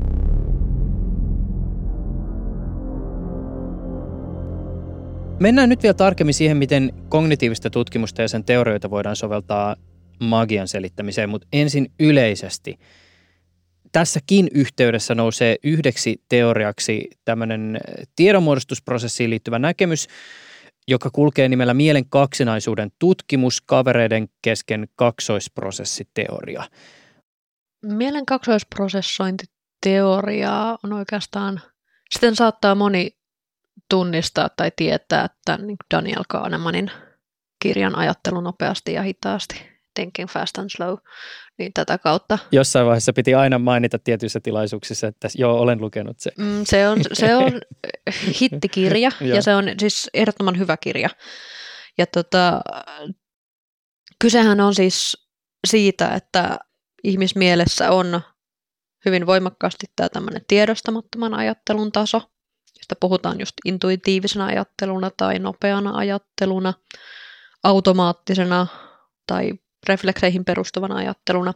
Mennään nyt vielä tarkemmin siihen, miten kognitiivista tutkimusta ja sen teorioita voidaan soveltaa magian selittämiseen, mutta ensin yleisesti. Tässäkin yhteydessä nousee yhdeksi teoriaksi tämmöinen tiedonmuodostusprosessiin liittyvä näkemys, joka kulkee nimellä mielen kaksinaisuuden tutkimus, kavereiden kesken kaksoisprosessiteoria. Mielen kaksoisprosessointiteoria on oikeastaan, sitten saattaa moni tunnistaa tai tietää, että Daniel Kahnemanin kirjan Ajattelu nopeasti ja hitaasti Thinking Fast and Slow, niin tätä kautta. Jossain vaiheessa piti aina mainita tietyissä tilaisuuksissa, että joo, olen lukenut se. Se on hittikirja ja se on siis ehdottoman hyvä kirja. Ja kysehän on siis siitä, että ihmismielessä on hyvin voimakkaasti tämä tämmöinen tiedostamattoman ajattelun taso, josta puhutaan just intuitiivisena ajatteluna tai nopeana ajatteluna, automaattisena tai reflekseihin perustuvana ajatteluna.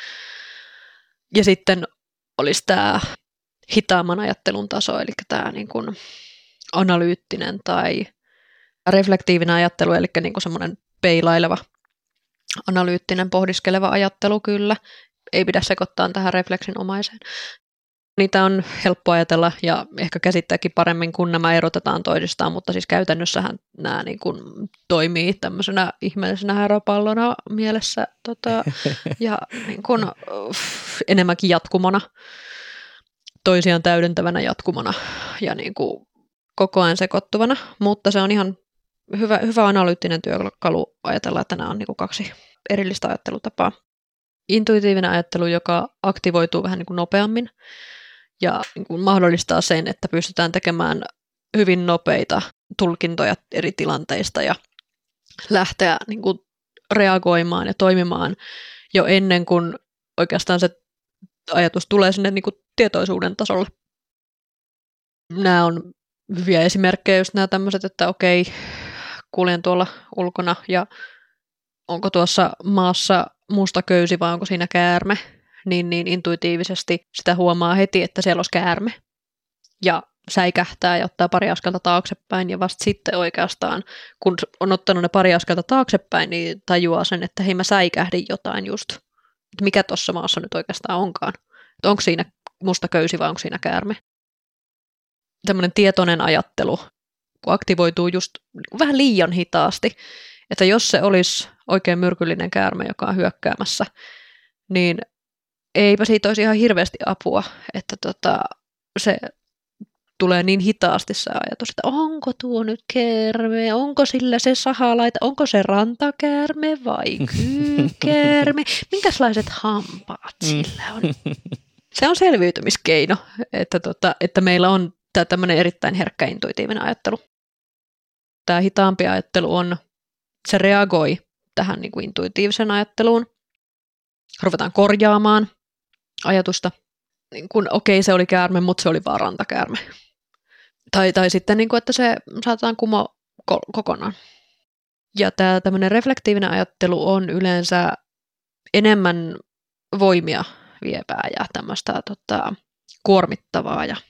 Ja sitten olisi tämä hitaamman ajattelun taso, eli tämä niin kuin analyyttinen tai reflektiivinen ajattelu, eli niin kuin semmoinen peilaileva, analyyttinen, pohdiskeleva ajattelu kyllä. Ei pidä sekoittaa tähän refleksinomaiseen. Niitä on helppo ajatella ja ehkä käsittääkin paremmin, kun nämä erotetaan toisistaan, mutta siis käytännössähän nämä niin kuin toimii tämmöisenä ihmeellisenä häräpallona mielessä ja niin kuin, enemmänkin jatkumona, toisiaan täydentävänä jatkumona ja niin kuin koko ajan sekoittuvana, mutta se on ihan hyvä analyyttinen työkalu ajatella, että nämä on niin kuin kaksi erillistä ajattelutapaa. Intuitiivinen ajattelu, joka aktivoituu vähän niin kuin nopeammin ja niin kuin mahdollistaa sen, että pystytään tekemään hyvin nopeita tulkintoja eri tilanteista ja lähteä niin kuin reagoimaan ja toimimaan jo ennen kuin oikeastaan se ajatus tulee sinne niin kuin tietoisuuden tasolle. Nämä on hyviä esimerkkejä just nämä tämmöiset, että okei, kuljen tuolla ulkona ja onko tuossa maassa musta köysi vai onko siinä käärme, niin intuitiivisesti sitä huomaa heti, että siellä olisi käärme. Ja säikähtää ja ottaa pari askelta taaksepäin ja vasta sitten oikeastaan, kun on ottanut ne pari askelta taaksepäin, niin tajuaa sen, että hei mä säikähdin jotain just. Että mikä tuossa maassa nyt oikeastaan onkaan. Että onko siinä musta köysi vai onko siinä käärme. Tämmöinen tietoinen ajattelu, kun aktivoituu just vähän liian hitaasti, että jos se olisi oikein myrkyllinen käärme, joka on hyökkäämässä, niin eipä siitä olisi ihan hirveästi apua, että se tulee niin hitaasti se ajatus, että onko tuo nyt käärme, onko sillä se sahalaita, onko se rantakäärme vai kyykäärme, minkälaiset hampaat sillä on. Se on selviytymiskeino, että meillä on tämä tämmöinen erittäin herkkä intuitiivinen ajattelu. Tämä hitaampi ajattelu se reagoi tähän niin kuin intuitiiviseen ajatteluun. Ruvetaan korjaamaan ajatusta. Niin kuin, okei, se oli käärme, mutta se oli vaan rantakäärme. Tai sitten, niin kuin, että se saatetaan kumoa kokonaan. Ja tämä tämmöinen reflektiivinen ajattelu on yleensä enemmän voimia vievää ja tämmöistä kuormittavaa ja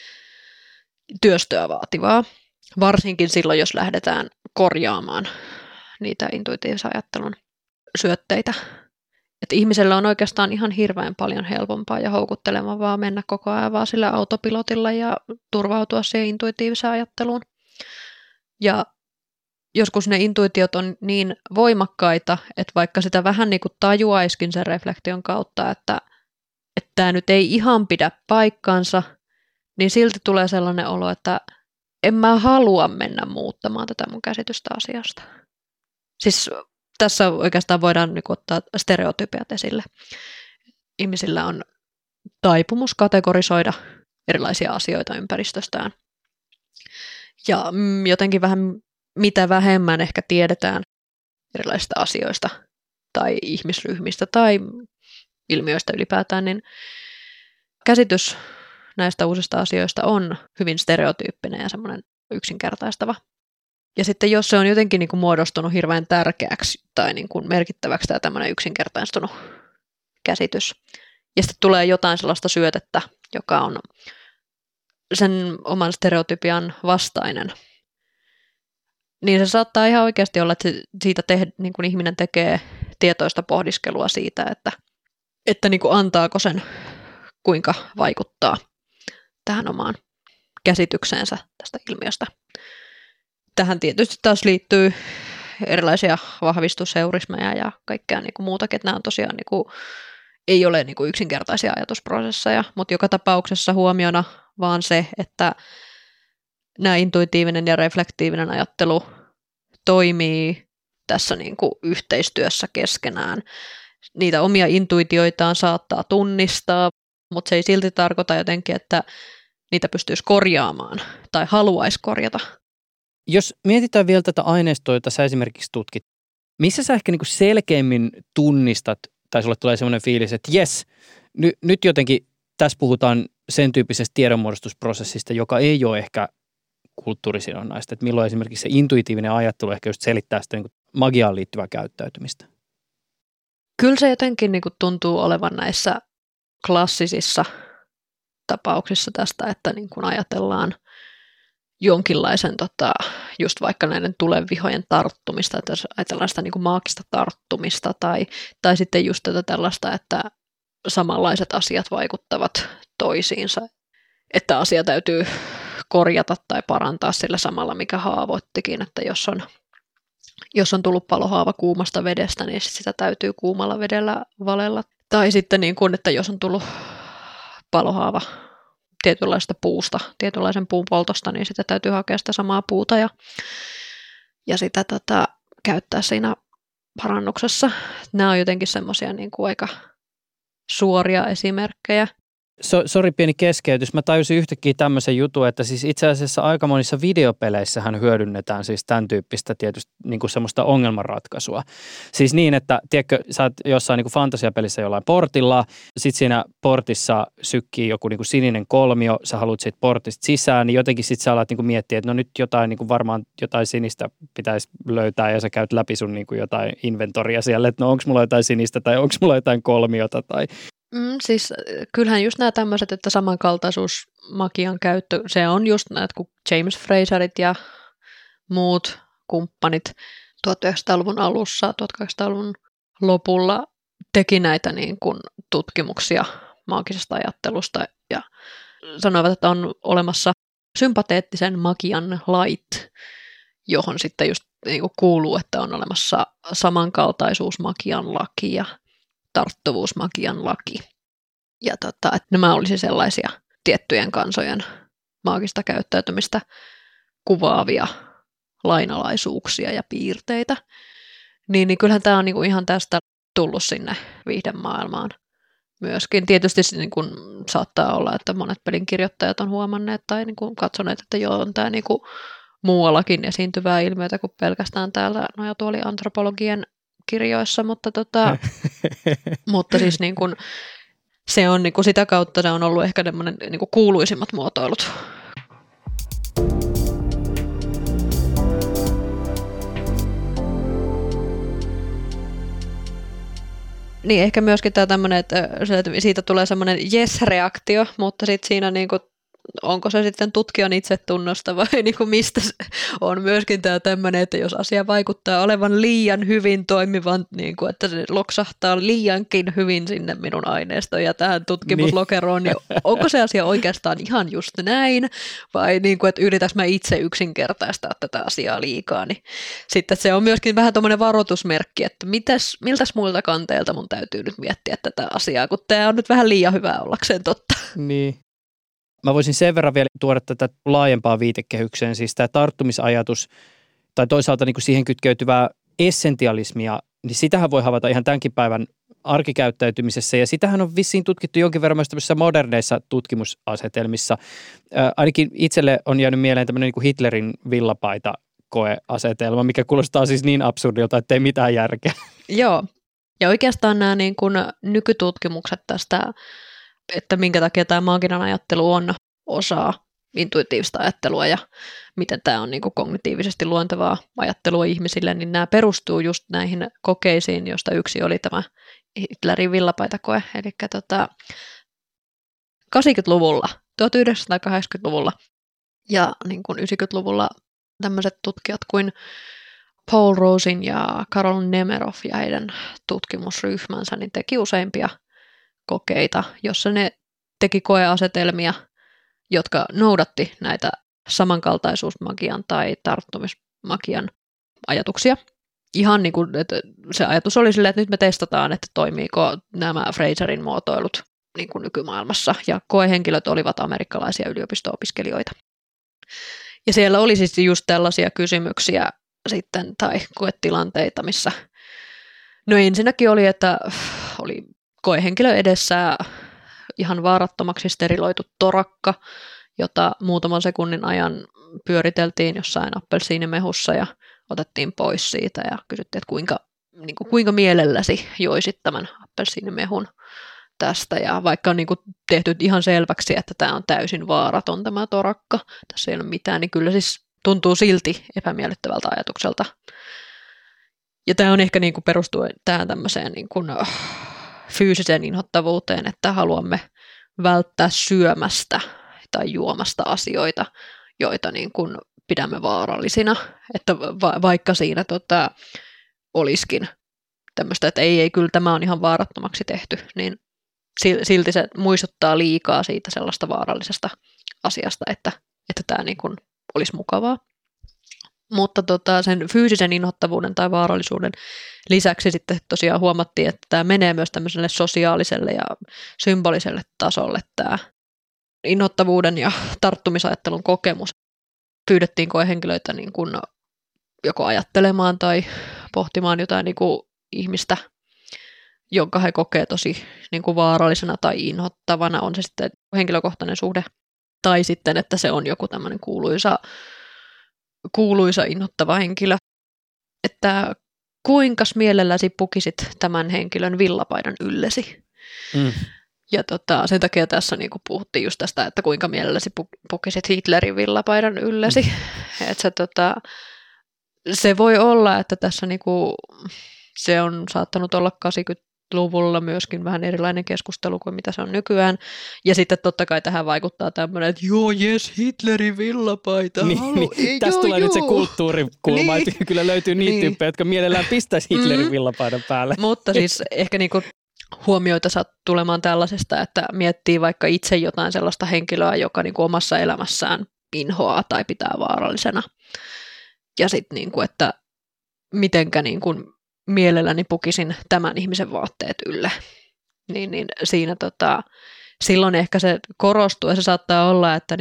työstöä vaativaa. Varsinkin silloin, jos lähdetään korjaamaan niitä intuitiivisen ajattelun syötteitä. Että ihmisellä on oikeastaan ihan hirveän paljon helpompaa ja houkuttelevampaa mennä koko ajan vaan sillä autopilotilla ja turvautua siihen intuitiiviseen ajatteluun. Ja joskus ne intuitiot on niin voimakkaita, että vaikka sitä vähän niin kuin tajuaiskin sen reflektion kautta, että tämä nyt ei ihan pidä paikkansa, niin silti tulee sellainen olo, että en mä halua mennä muuttamaan tätä mun käsitystä asiasta. Siis tässä oikeastaan voidaan niin kuin ottaa stereotypiat esille. Ihmisillä on taipumus kategorisoida erilaisia asioita ympäristöstään. Ja jotenkin vähän mitä vähemmän ehkä tiedetään erilaisista asioista tai ihmisryhmistä tai ilmiöistä ylipäätään, niin käsitys näistä uusista asioista on hyvin stereotyyppinen ja semmoinen yksinkertaistava. Ja sitten jos se on jotenkin niin kuin muodostunut hirveän tärkeäksi tai niin kuin merkittäväksi tämä tämmöinen yksinkertaistunut käsitys, ja sitten tulee jotain sellaista syötettä, joka on sen oman stereotypian vastainen, niin se saattaa ihan oikeasti olla, että siitä niin kuin ihminen tekee tietoista pohdiskelua siitä, että niin kuin antaako sen kuinka vaikuttaa tähän omaan käsitykseensä tästä ilmiöstä. Tähän tietysti taas liittyy erilaisia vahvistusheurismeja ja kaikkea niin kuin muutakin, että nämä on tosiaan niin kuin, ei ole niin kuin yksinkertaisia ajatusprosesseja, mutta joka tapauksessa huomiona vaan se, että nämä intuitiivinen ja reflektiivinen ajattelu toimii tässä niin kuin yhteistyössä keskenään. Niitä omia intuitioitaan saattaa tunnistaa, mutta se ei silti tarkoita jotenkin, että niitä pystyisi korjaamaan tai haluaisi korjata. Jos mietitään vielä tätä aineistoa, jota sä esimerkiksi tutkit, missä sä ehkä niin kuin selkeimmin tunnistat, tai sulle tulee sellainen fiilis, että jes, nyt jotenkin tässä puhutaan sen tyyppisestä tiedonmuodostusprosessista, joka ei ole ehkä kulttuurisidonnaista, että milloin esimerkiksi se intuitiivinen ajattelu ehkä just selittää sitä niin kuin magiaan liittyvää käyttäytymistä? Kyllä se jotenkin niin kuin tuntuu olevan näissä klassisissa tapauksissa tästä, että niin kuin ajatellaan jonkinlaisen just vaikka näiden tulevihojen tarttumista, että ajatellaan sitä niin kuin maagista tarttumista tai sitten just tätä tällaista, että samanlaiset asiat vaikuttavat toisiinsa, että asia täytyy korjata tai parantaa sillä samalla, mikä haavoittikin, että jos on tullut palohaava kuumasta vedestä, niin sitä täytyy kuumalla vedellä valella. Tai sitten niin kuin, että jos on tullut palohaava tietynlaista puusta, tietynlaisen puun poltosta, niin sitä täytyy hakea sitä samaa puuta ja sitä käyttää siinä parannuksessa. Nämä on jotenkin semmoisia niin kuin aika suoria esimerkkejä. Sori pieni keskeytys. Mä tajusin yhtäkkiä tämmöisen jutun, että siis itse asiassa aika monissa videopeleissähän hyödynnetään siis tämän tyyppistä tietysti niin kuin semmoista ongelmanratkaisua. Siis niin, että tiedätkö, sä oot jossain niin kuin fantasiapelissä jollain portilla, sit siinä portissa sykkii joku niin kuin sininen kolmio, sä haluat siitä portista sisään, niin jotenkin sit sä alat niin kuin miettiä, että no nyt jotain niin kuin varmaan jotain sinistä pitäisi löytää ja sä käyt läpi sun niin kuin jotain inventoria siellä, että no onko mulla jotain sinistä tai onko mulla jotain kolmiota tai... Siis kyllähän just nämä tämmöiset, että samankaltaisuus magian käyttö, se on just näitä, kun James Frazerit ja muut kumppanit 1900-luvun alussa, 1800-luvun lopulla teki näitä niin kuin tutkimuksia maagisesta ajattelusta ja sanoivat, että on olemassa sympateettisen magian lait, johon sitten just niin kuin kuuluu, että on olemassa samankaltaisuusmagian laki ja tarttuvuusmagian laki. Ja että nämä olisi sellaisia tiettyjen kansojen maagista käyttäytymistä kuvaavia lainalaisuuksia ja piirteitä. Niin kyllähän tämä on niinku ihan tästä tullut sinne viihdemaailmaan myöskin. Tietysti niinku saattaa olla, että monet pelinkirjoittajat on huomanneet tai niinku katsoneet, että joo, on tämä niinku muuallakin esiintyvää ilmiötä kuin pelkästään täällä nojatuoliantropologian kirjoissa, mutta siis niin kuin, se on niin kuin sitä kautta se on ollut ehkä tämmöinen niin kuin kuuluisimmat muotoilut. Niin ehkä myöskin tämä tämmöinen, että siitä tulee semmoinen yes-reaktio, mutta sitten siinä niin kuin onko se sitten tutkijan itsetunnosta vai niin kuin mistä se on myöskin tämä tämmöinen, että jos asia vaikuttaa olevan liian hyvin toimivan, niin kuin, että se loksahtaa liiankin hyvin sinne minun aineistoon ja tähän tutkimuslokeroon, niin onko se asia oikeastaan ihan just näin vai niin kuin, että yritäks mä itse yksinkertaistaa tätä asiaa liikaa, niin sitten se on myöskin vähän tuommoinen varoitusmerkki, että miltäs muilta kanteilta mun täytyy nyt miettiä tätä asiaa, kun tämä on nyt vähän liian hyvää ollakseen totta. Niin. Mä voisin sen verran vielä tuoda tätä laajempaa viitekehykseen, siis tämä tarttumisajatus tai toisaalta niin kuin siihen kytkeytyvää essentialismia, niin sitähän voi havaita ihan tämänkin päivän arkikäyttäytymisessä ja sitähän on vissiin tutkittu jonkin verran myös tämmöisissä moderneissa tutkimusasetelmissa. Ainakin itselle on jäänyt mieleen tämmöinen niin kuin Hitlerin villapaita koeasetelma, mikä kuulostaa siis niin absurdilta, että ei mitään järkeä. Joo, ja oikeastaan nämä niin kuin nykytutkimukset tästä, että minkä takia tämä maaginen ajattelu on osa intuitiivista ajattelua ja miten tämä on niin kuin kognitiivisesti luontevaa ajattelua ihmisille, niin nämä perustuu just näihin kokeisiin, joista yksi oli tämä Hitlerin villapaitakoe, eli 80-luvulla, 1980-luvulla ja niin kuin 90-luvulla tämmöiset tutkijat kuin Paul Rosin ja Karol Nemerov ja heidän tutkimusryhmänsä niin teki useimpia kokeita, jossa ne teki koeasetelmia, jotka noudatti näitä samankaltaisuusmagian tai tarttumismagian ajatuksia. Ihan niin kuin, että se ajatus oli silleen, että nyt me testataan, että toimiiko nämä Frazerin muotoilut niin kuin nykymaailmassa. Ja koehenkilöt olivat amerikkalaisia yliopisto-opiskelijoita. Ja siellä oli siis just tällaisia kysymyksiä, sitten tai koetilanteita, missä no ensinnäkin oli, että oli koehenkilö edessä ihan vaarattomaksi steriloitu torakka, jota muutaman sekunnin ajan pyöriteltiin jossain appelsiinimehussa ja otettiin pois siitä ja kysyttiin, että kuinka mielelläsi joisit tämän appelsiinimehun tästä. Ja vaikka on tehty ihan selväksi, että tämä on täysin vaaraton tämä torakka, tässä ei ole mitään, niin kyllä siis tuntuu silti epämiellyttävältä ajatukselta. Ja tämä on ehkä perustuu tähän tämmöiseen fyysiseen inhottavuuteen, että haluamme välttää syömästä tai juomasta asioita, joita pidämme vaarallisina, että vaikka siinä olisikin tämmöistä, että ei, kyllä tämä on ihan vaarattomaksi tehty, niin silti se muistuttaa liikaa siitä sellaista vaarallisesta asiasta, että tämä olisi mukavaa. Mutta sen fyysisen inhottavuuden tai vaarallisuuden lisäksi sitten tosiaan huomattiin, että tämä menee myös tämmöiselle sosiaaliselle ja symboliselle tasolle tämä inhottavuuden ja tarttumisajattelun kokemus. Pyydettiin koehenkilöitä joko ajattelemaan tai pohtimaan jotain ihmistä, jonka he kokee tosi vaarallisena tai inhottavana, on se sitten henkilökohtainen suhde, tai sitten, että se on joku tämmöinen kuuluisa inhottava henkilö, että kuinkas mielelläsi pukisit tämän henkilön villapaidan yllesi. Ja sen takia tässä puhuttiin just tästä, että kuinka mielelläsi pukisit Hitlerin villapaidan yllesi. Että se voi olla, että tässä se on saattanut olla 80-luvulla myöskin vähän erilainen keskustelu kuin mitä se on nykyään. Ja sitten totta kai tähän vaikuttaa tämmöinen, että Hitlerin villapaita. Niin, tästä tulee nyt se kulttuurikulma, niin. Että kyllä löytyy niitä tyyppejä, jotka mielellään pistäisi Hitlerin villapaidan päälle. Mutta siis ehkä huomioita saa tulemaan tällaisesta, että miettii vaikka itse jotain sellaista henkilöä, joka omassa elämässään inhoaa tai pitää vaarallisena. Ja sitten että mitenkä mielelläni pukisin tämän ihmisen vaatteet ylle. Niin siinä silloin ehkä se korostuu ja se saattaa olla, että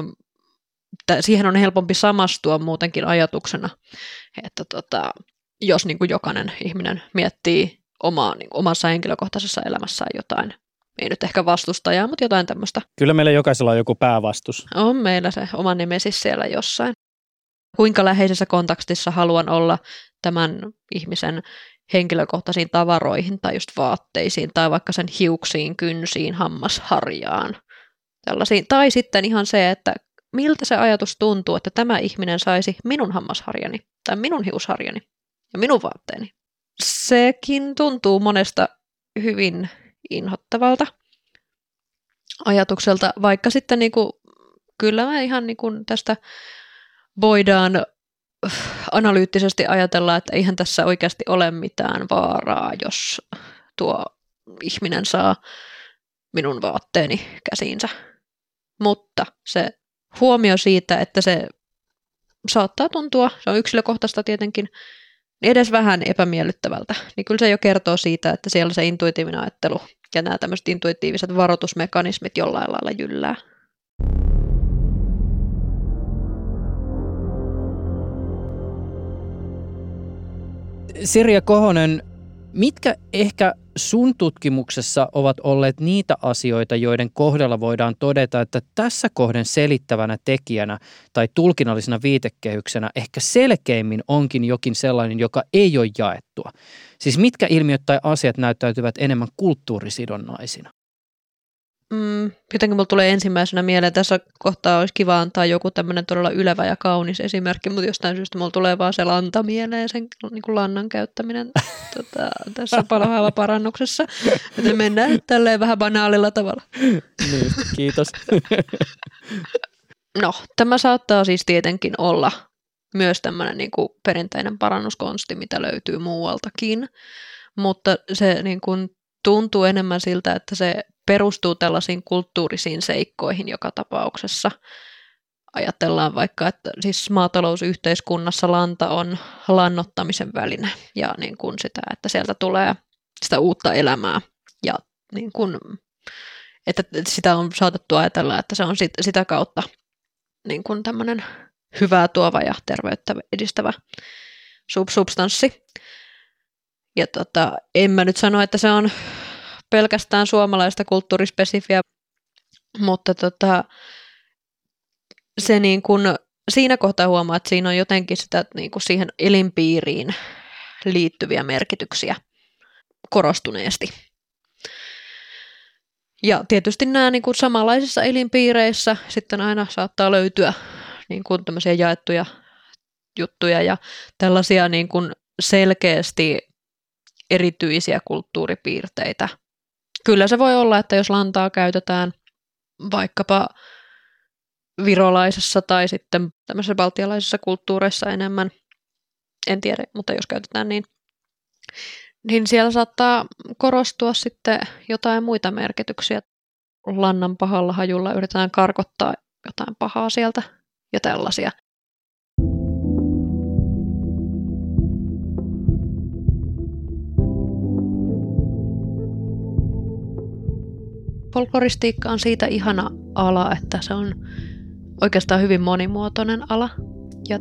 siihen on helpompi samastua muutenkin ajatuksena, että jos jokainen ihminen miettii omassa henkilökohtaisessa elämässään jotain, ei nyt ehkä vastustajaa, mutta jotain tämmöistä. Kyllä meillä jokaisella on joku päävastus. On meillä se oma nemesis siellä jossain. Kuinka läheisessä kontaktissa haluan olla tämän ihmisen henkilökohtaisiin tavaroihin tai just vaatteisiin tai vaikka sen hiuksiin, kynsiin, hammasharjaan. Tällaisiin. Tai sitten ihan se, että miltä se ajatus tuntuu, että tämä ihminen saisi minun hammasharjani tai minun hiusharjani ja minun vaatteeni. Sekin tuntuu monesta hyvin inhottavalta ajatukselta, vaikka sitten kyllä mä ihan tästä voidaan analyyttisesti ajatella, että eihän tässä oikeasti ole mitään vaaraa, jos tuo ihminen saa minun vaatteeni käsiinsä. Mutta se huomio siitä, että se saattaa tuntua, se on yksilökohtaista tietenkin, edes vähän epämiellyttävältä, niin kyllä se jo kertoo siitä, että siellä se intuitiivinen ajattelu ja nämä tämmöiset intuitiiviset varoitusmekanismit jollain lailla jyllää. Sirja Kohonen, mitkä ehkä sun tutkimuksessa ovat olleet niitä asioita, joiden kohdalla voidaan todeta, että tässä kohden selittävänä tekijänä tai tulkinnallisena viitekehyksenä ehkä selkeimmin onkin jokin sellainen, joka ei ole jaettua? Siis mitkä ilmiöt tai asiat näyttäytyvät enemmän kulttuurisidonnaisina? Jotenkin mulla tulee ensimmäisenä mieleen, tässä kohtaa olisi kiva antaa joku tämmöinen todella ylevä ja kaunis esimerkki, mutta jostain syystä mulla tulee vaan se lanta mieleen, sen lannan käyttäminen tässä palohaavaparannuksessa. Joten mennään nyt tälleen vähän banaalilla tavalla. Niin, kiitos. No, tämä saattaa siis tietenkin olla myös tämmöinen perinteinen parannuskonsti, mitä löytyy muualtakin, mutta se tuntuu enemmän siltä, että se perustuu tällaisiin kulttuurisiin seikkoihin joka tapauksessa. Ajatellaan vaikka, että siis maatalousyhteiskunnassa lanta on lannottamisen väline ja sitä, että sieltä tulee sitä uutta elämää ja että sitä on saatettu ajatella, että se on sitä kautta tämmöinen hyvää tuova ja terveyttä edistävä substanssi. Ja en mä nyt sano, että se on pelkästään suomalaista kulttuurispesifiä, mutta se niin kun, siinä kohtaa huomaa, että siinä on jotenkin sitä niin kun siihen elinpiiriin liittyviä merkityksiä korostuneesti. Ja tietysti nämä niin kun samanlaisissa elinpiireissä sitten aina saattaa löytyä niin kun tämmöisiä jaettuja juttuja ja tällaisia niin kun selkeästi erityisiä kulttuuripiirteitä. Kyllä se voi olla, että jos lantaa käytetään vaikkapa virolaisessa tai sitten tämmöisessä baltialaisessa kulttuureissa enemmän, en tiedä, mutta jos käytetään niin siellä saattaa korostua sitten jotain muita merkityksiä. Lannan pahalla hajulla yritetään karkottaa jotain pahaa sieltä ja tällaisia. Folkloristiikka on siitä ihana ala, että se on oikeastaan hyvin monimuotoinen ala. Ja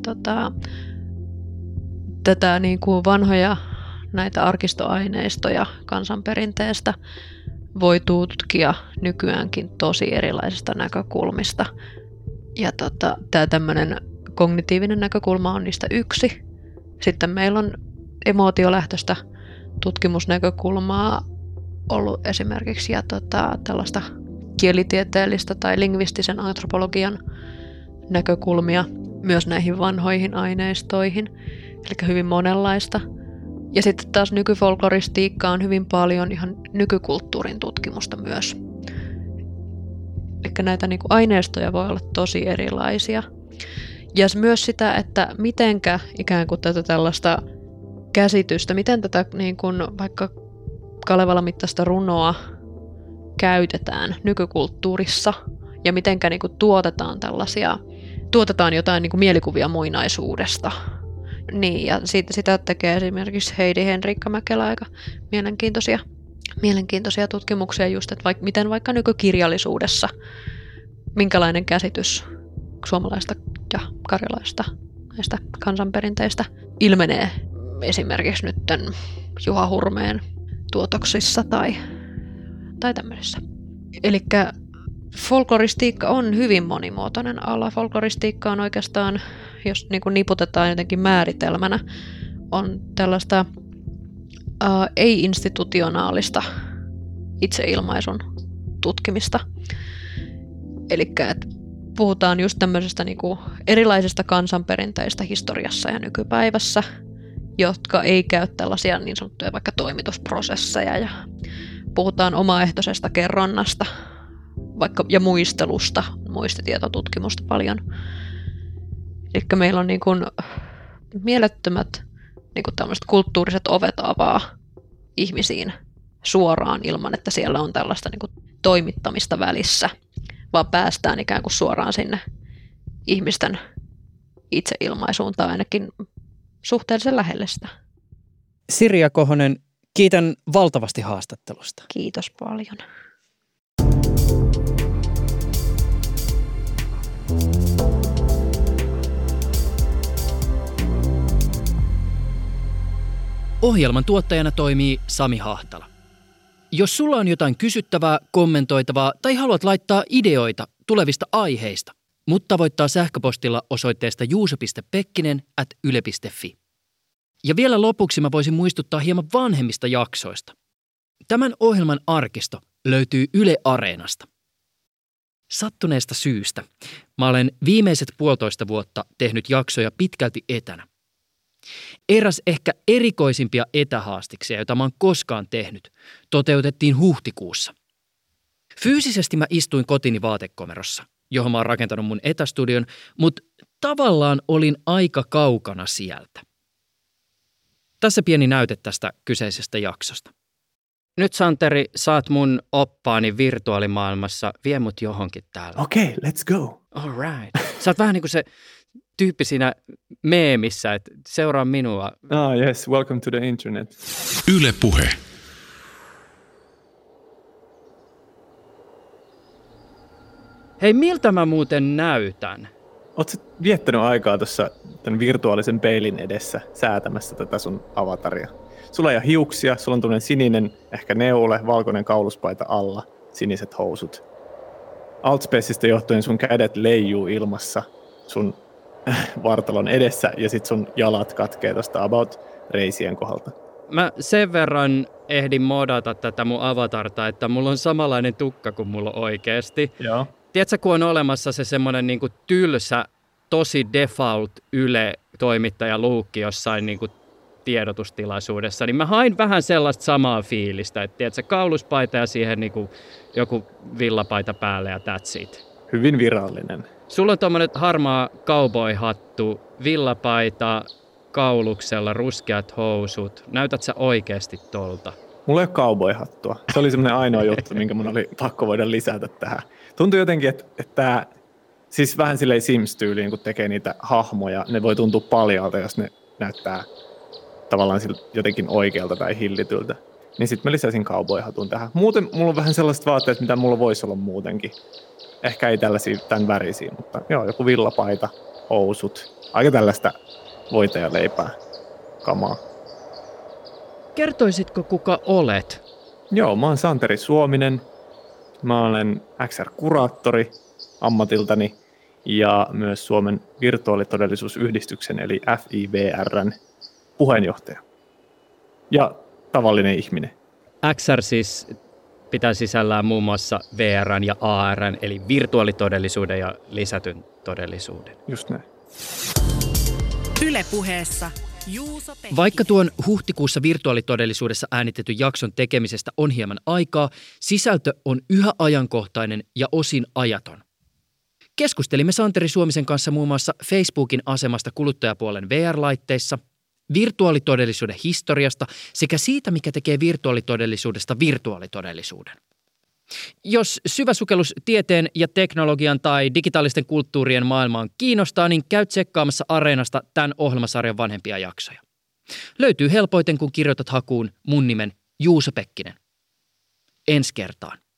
tätä niin kuin vanhoja näitä arkistoaineistoja kansanperinteestä voi tutkia nykyäänkin tosi erilaisista näkökulmista. Ja tämä tämmöinen kognitiivinen näkökulma on niistä yksi. Sitten meillä on emootiolähtöistä tutkimusnäkökulmaa ollut esimerkiksi ja tällaista kielitieteellistä tai lingvistisen antropologian näkökulmia myös näihin vanhoihin aineistoihin, eli hyvin monenlaista. Ja sitten taas nykyfolkloristiikka on hyvin paljon ihan nykykulttuurin tutkimusta myös. Eli näitä niin kuin aineistoja voi olla tosi erilaisia. Ja myös sitä, että mitenkä ikään kuin tätä tällaista käsitystä, miten tätä niin kuin vaikka Kalevalan mittaista runoa käytetään nykykulttuurissa ja mitenkä niin kuin tuotetaan jotain niin kuin mielikuvia muinaisuudesta. Niin, ja sitä tekee esimerkiksi Heidi Henriikka Mäkelä aika mielenkiintoisia tutkimuksia just, että miten vaikka nykykirjallisuudessa, minkälainen käsitys suomalaista ja karjalaista näistä kansanperinteistä ilmenee esimerkiksi nyt Juha Hurmeen tuotoksissa tai tämmöisissä. Elikkä folkloristiikka on hyvin monimuotoinen ala. Folkloristiikka on oikeastaan, jos niin kuin niputetaan jotenkin määritelmänä, on tällaista ei-institutionaalista itseilmaisun tutkimista. Elikkä puhutaan just tämmöisestä niin kuin erilaisista kansanperinteistä historiassa ja nykypäivässä, jotka ei käy tällaisia niin sanottuja vaikka toimitusprosesseja ja puhutaan omaehtoisesta kerronnasta vaikka, ja muistelusta, muistitietotutkimusta paljon. Eli meillä on niin kuin mielettömät niin kuin tämmöiset kulttuuriset ovet avaa ihmisiin suoraan ilman, että siellä on tällaista niin kuin toimittamista välissä, vaan päästään ikään kuin suoraan sinne ihmisten itseilmaisuun tai ainakin suhteellisen lähelle sitä. Sirja Kohonen, kiitän valtavasti haastattelusta. Kiitos paljon. Ohjelman tuottajana toimii Sami Hahtala. Jos sulla on jotain kysyttävää, kommentoitavaa tai haluat laittaa ideoita tulevista aiheista, mut tavoittaa sähköpostilla osoitteesta juuso.pekkinen@yle.fi. Ja vielä lopuksi mä voisin muistuttaa hieman vanhemmista jaksoista. Tämän ohjelman arkisto löytyy Yle Areenasta. Sattuneesta syystä mä olen viimeiset 1,5 vuotta tehnyt jaksoja pitkälti etänä. Eräs ehkä erikoisimpia etähaastiksia, joita mä oon koskaan tehnyt, toteutettiin huhtikuussa. Fyysisesti mä istuin kotini vaatekomerossa, johon mä oon rakentanut mun etästudion, mutta tavallaan olin aika kaukana sieltä. Tässä pieni näyte tästä kyseisestä jaksosta. Nyt Santeri, saat mun oppaani virtuaalimaailmassa. Vie mut johonkin täällä. Okay, let's go. All right. Sä oot vähän niin kuin se tyyppi siinä meemissä, että seuraa minua. Ah yes, welcome to the internet. Yle Puhe. Hei, miltä mä muuten näytän? Ootko viettänyt aikaa tuossa tämän virtuaalisen peilin edessä säätämässä tätä sun avataria. Sulla ei ole hiuksia, sulla on tuollainen sininen ehkä neule, valkoinen kauluspaita alla, siniset housut. Altspaceista johtuen sun kädet leijuu ilmassa sun vartalon edessä ja sit sun jalat katkee tuosta about reisien kohdalta. Mä sen verran ehdin modata tätä mun avatarta, että mulla on samanlainen tukka kuin mulla oikeasti. Joo. Tiedätkö, kun on olemassa se semmoinen niinku tylsä, tosi default Yle-toimittajaluukki jossain niinku tiedotustilaisuudessa, niin mä hain vähän sellaista samaa fiilistä, että tiedätkö, kauluspaita ja siihen niinku joku villapaita päälle ja that's it. Hyvin virallinen. Sulla on tommonen harmaa cowboy-hattu, villapaita, kauluksella, ruskeat housut. Näytät sä oikeasti tolta? Mulla ei ole cowboy-hattua. Se oli semmoinen ainoa juttu, minkä mun oli pakko voida lisätä tähän. Tuntui jotenkin, että siis vähän silleen Sims-tyyliin, kun tekee niitä hahmoja, ne voi tuntua paljalta, jos ne näyttää tavallaan jotenkin oikealta tai hillityltä. Niin sitten mä lisäsin cowboy-hatun tähän. Muuten mulla on vähän sellaiset vaatteet, mitä mulla voisi olla muutenkin. Ehkä ei tällaisia tämän värisiä, mutta joo, joku villapaita, housut. Aika tällaista voita ja leipää kamaa. Kertoisitko, kuka olet? Joo, mä oon Santeri Suominen. Mä olen XR-kuraattori ammatiltani ja myös Suomen virtuaalitodellisuusyhdistyksen eli FIVR:n puheenjohtaja. Ja tavallinen ihminen. XR siis pitää sisällään muun muassa VR:n ja AR:n eli virtuaalitodellisuuden ja lisätyn todellisuuden. Just näin. Yle Puheessa Juuso Pekkinen. Vaikka tuon huhtikuussa virtuaalitodellisuudessa äänitetyn jakson tekemisestä on hieman aikaa, sisältö on yhä ajankohtainen ja osin ajaton. Keskustelimme Santeri Suomisen kanssa muun muassa Facebookin asemasta kuluttajapuolen VR-laitteissa, virtuaalitodellisuuden historiasta sekä siitä, mikä tekee virtuaalitodellisuudesta virtuaalitodellisuuden. Jos syvä sukellus tieteen ja teknologian tai digitaalisten kulttuurien maailmaan kiinnostaa, niin käy tsekkaamassa Areenasta tämän ohjelmasarjan vanhempia jaksoja. Löytyy helpoiten, kun kirjoitat hakuun mun nimen Juuso Pekkinen. Ensi kertaan.